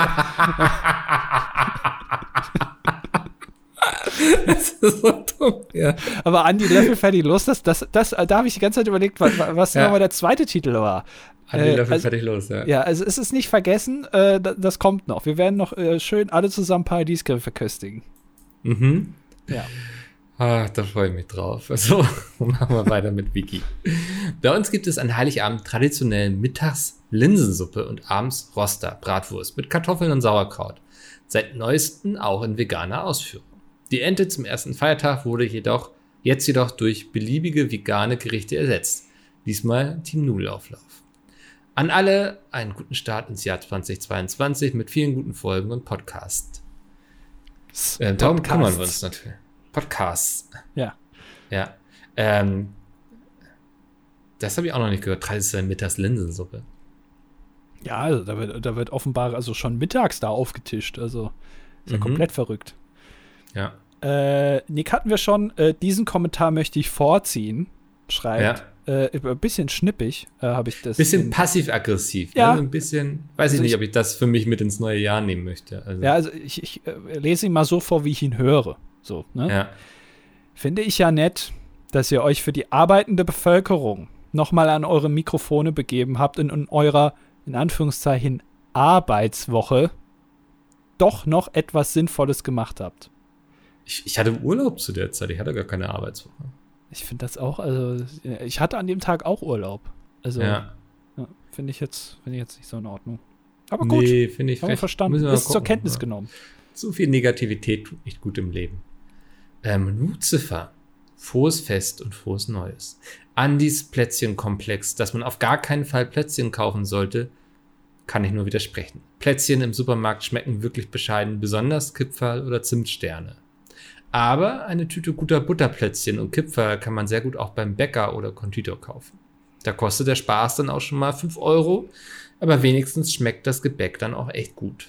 Das ist so dumm, ja. Aber Andi Löffel fertig los, da habe ich die ganze Zeit überlegt, was nochmal der zweite Titel war. Andi Löffel fertig los, ja. Ja, also es ist nicht vergessen, das kommt noch. Wir werden noch schön alle zusammen Paradiescreme verköstigen. Mhm. Ja. Ah, da freue ich mich drauf. Also, machen wir weiter mit Vicky. Bei uns gibt es an Heiligabend traditionell mittags Linsensuppe und abends Roster, Bratwurst mit Kartoffeln und Sauerkraut. Seit neuestem auch in veganer Ausführung. Die Ente zum ersten Feiertag wurde jedoch durch beliebige vegane Gerichte ersetzt. Diesmal Team Nudelauflauf. An alle einen guten Start ins Jahr 2022 mit vielen guten Folgen und Podcasts. Darum kümmern wir uns natürlich. Podcasts. Ja. Ja. Das habe ich auch noch nicht gehört. Traditionell mittags Linsensuppe. Ja, also da wird offenbar also schon mittags da aufgetischt. Also ist ja komplett verrückt. Ja. Nick hatten wir schon. Diesen Kommentar möchte ich vorziehen. Schreibt. Ein bisschen schnippig habe ich das. Bisschen passiv-aggressiv. Ja. Ne? Ein bisschen, weiß ich nicht, ob ich das für mich mit ins neue Jahr nehmen möchte. Also. Ja, also ich lese ihn mal so vor, wie ich ihn höre. So, ne? Ja. Finde ich ja nett, dass ihr euch für die arbeitende Bevölkerung nochmal an eure Mikrofone begeben habt und in eurer, in Anführungszeichen, Arbeitswoche doch noch etwas Sinnvolles gemacht habt. Ich hatte Urlaub zu der Zeit, ich hatte gar keine Arbeitswoche. Ich finde das auch, also ich hatte an dem Tag auch Urlaub. Also finde ich jetzt nicht so in Ordnung. Aber gut, nee, finde ich haben wir verstanden. Ist zur Kenntnis genommen. So viel Negativität tut nicht gut im Leben. Lucifer, frohes Fest und frohes Neues. Andis Plätzchenkomplex, dass man auf gar keinen Fall Plätzchen kaufen sollte, kann ich nur widersprechen. Plätzchen im Supermarkt schmecken wirklich bescheiden, besonders Kipferl oder Zimtsterne. Aber eine Tüte guter Butterplätzchen und Kipferl kann man sehr gut auch beim Bäcker oder Konditor kaufen. Da kostet der Spaß dann auch schon mal 5 €, aber wenigstens schmeckt das Gebäck dann auch echt gut.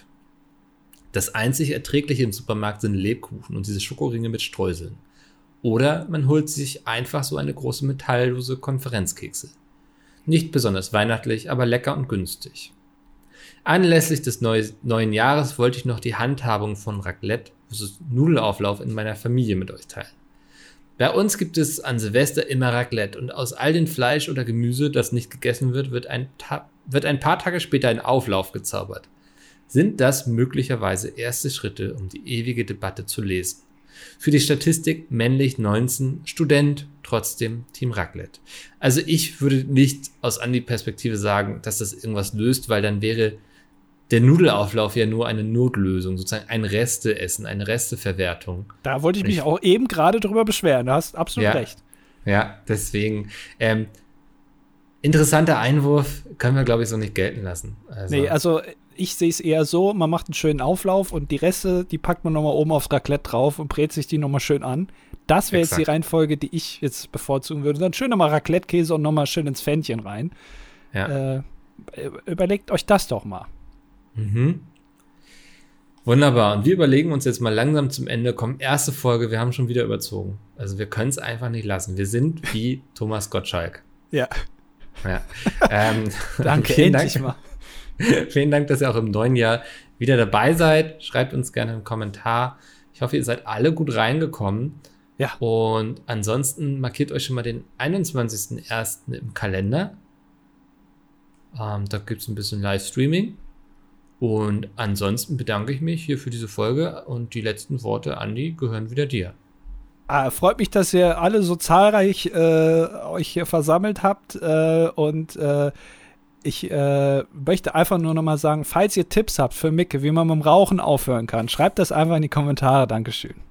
Das einzig Erträgliche im Supermarkt sind Lebkuchen und diese Schokoringe mit Streuseln. Oder man holt sich einfach so eine große metalllose Konferenzkekse. Nicht besonders weihnachtlich, aber lecker und günstig. Anlässlich des neuen Jahres wollte ich noch die Handhabung von Raclette versus Nudelauflauf in meiner Familie mit euch teilen. Bei uns gibt es an Silvester immer Raclette und aus all dem Fleisch oder Gemüse, das nicht gegessen wird, wird ein paar Tage später ein Auflauf gezaubert. Sind das möglicherweise erste Schritte, um die ewige Debatte zu lesen? Für die Statistik männlich 19, Student, trotzdem Team Raclette. Also ich würde nicht aus Andi-Perspektive sagen, dass das irgendwas löst, weil dann wäre der Nudelauflauf ja nur eine Notlösung, sozusagen ein Resteessen, eine Resteverwertung. Da wollte ich mich auch eben gerade drüber beschweren, du hast absolut recht. Ja, deswegen interessanter Einwurf, können wir glaube ich so nicht gelten lassen. Also ich sehe es eher so, man macht einen schönen Auflauf und die Reste, die packt man nochmal oben aufs Raclette drauf und brät sich die nochmal schön an. Das wäre jetzt die Reihenfolge, die ich jetzt bevorzugen würde. Dann schön nochmal Raclette-Käse und nochmal schön ins Pfännchen rein. Ja. Überlegt euch das doch mal. Mhm. Wunderbar. Und wir überlegen uns jetzt mal langsam zum Ende. Komm, erste Folge, wir haben schon wieder überzogen. Also wir können es einfach nicht lassen. Wir sind wie Thomas Gottschalk. Ja. Danke, endlich mal. Vielen Dank, dass ihr auch im neuen Jahr wieder dabei seid. Schreibt uns gerne einen Kommentar. Ich hoffe, ihr seid alle gut reingekommen. Ja. Und ansonsten markiert euch schon mal den 21.01. im Kalender. Da gibt es ein bisschen Livestreaming. Und ansonsten bedanke ich mich hier für diese Folge und die letzten Worte, Andi, gehören wieder dir. Freut mich, dass ihr alle so zahlreich euch hier versammelt habt und ich möchte einfach nur noch mal sagen, falls ihr Tipps habt für Micke, wie man mit dem Rauchen aufhören kann, schreibt das einfach in die Kommentare. Dankeschön.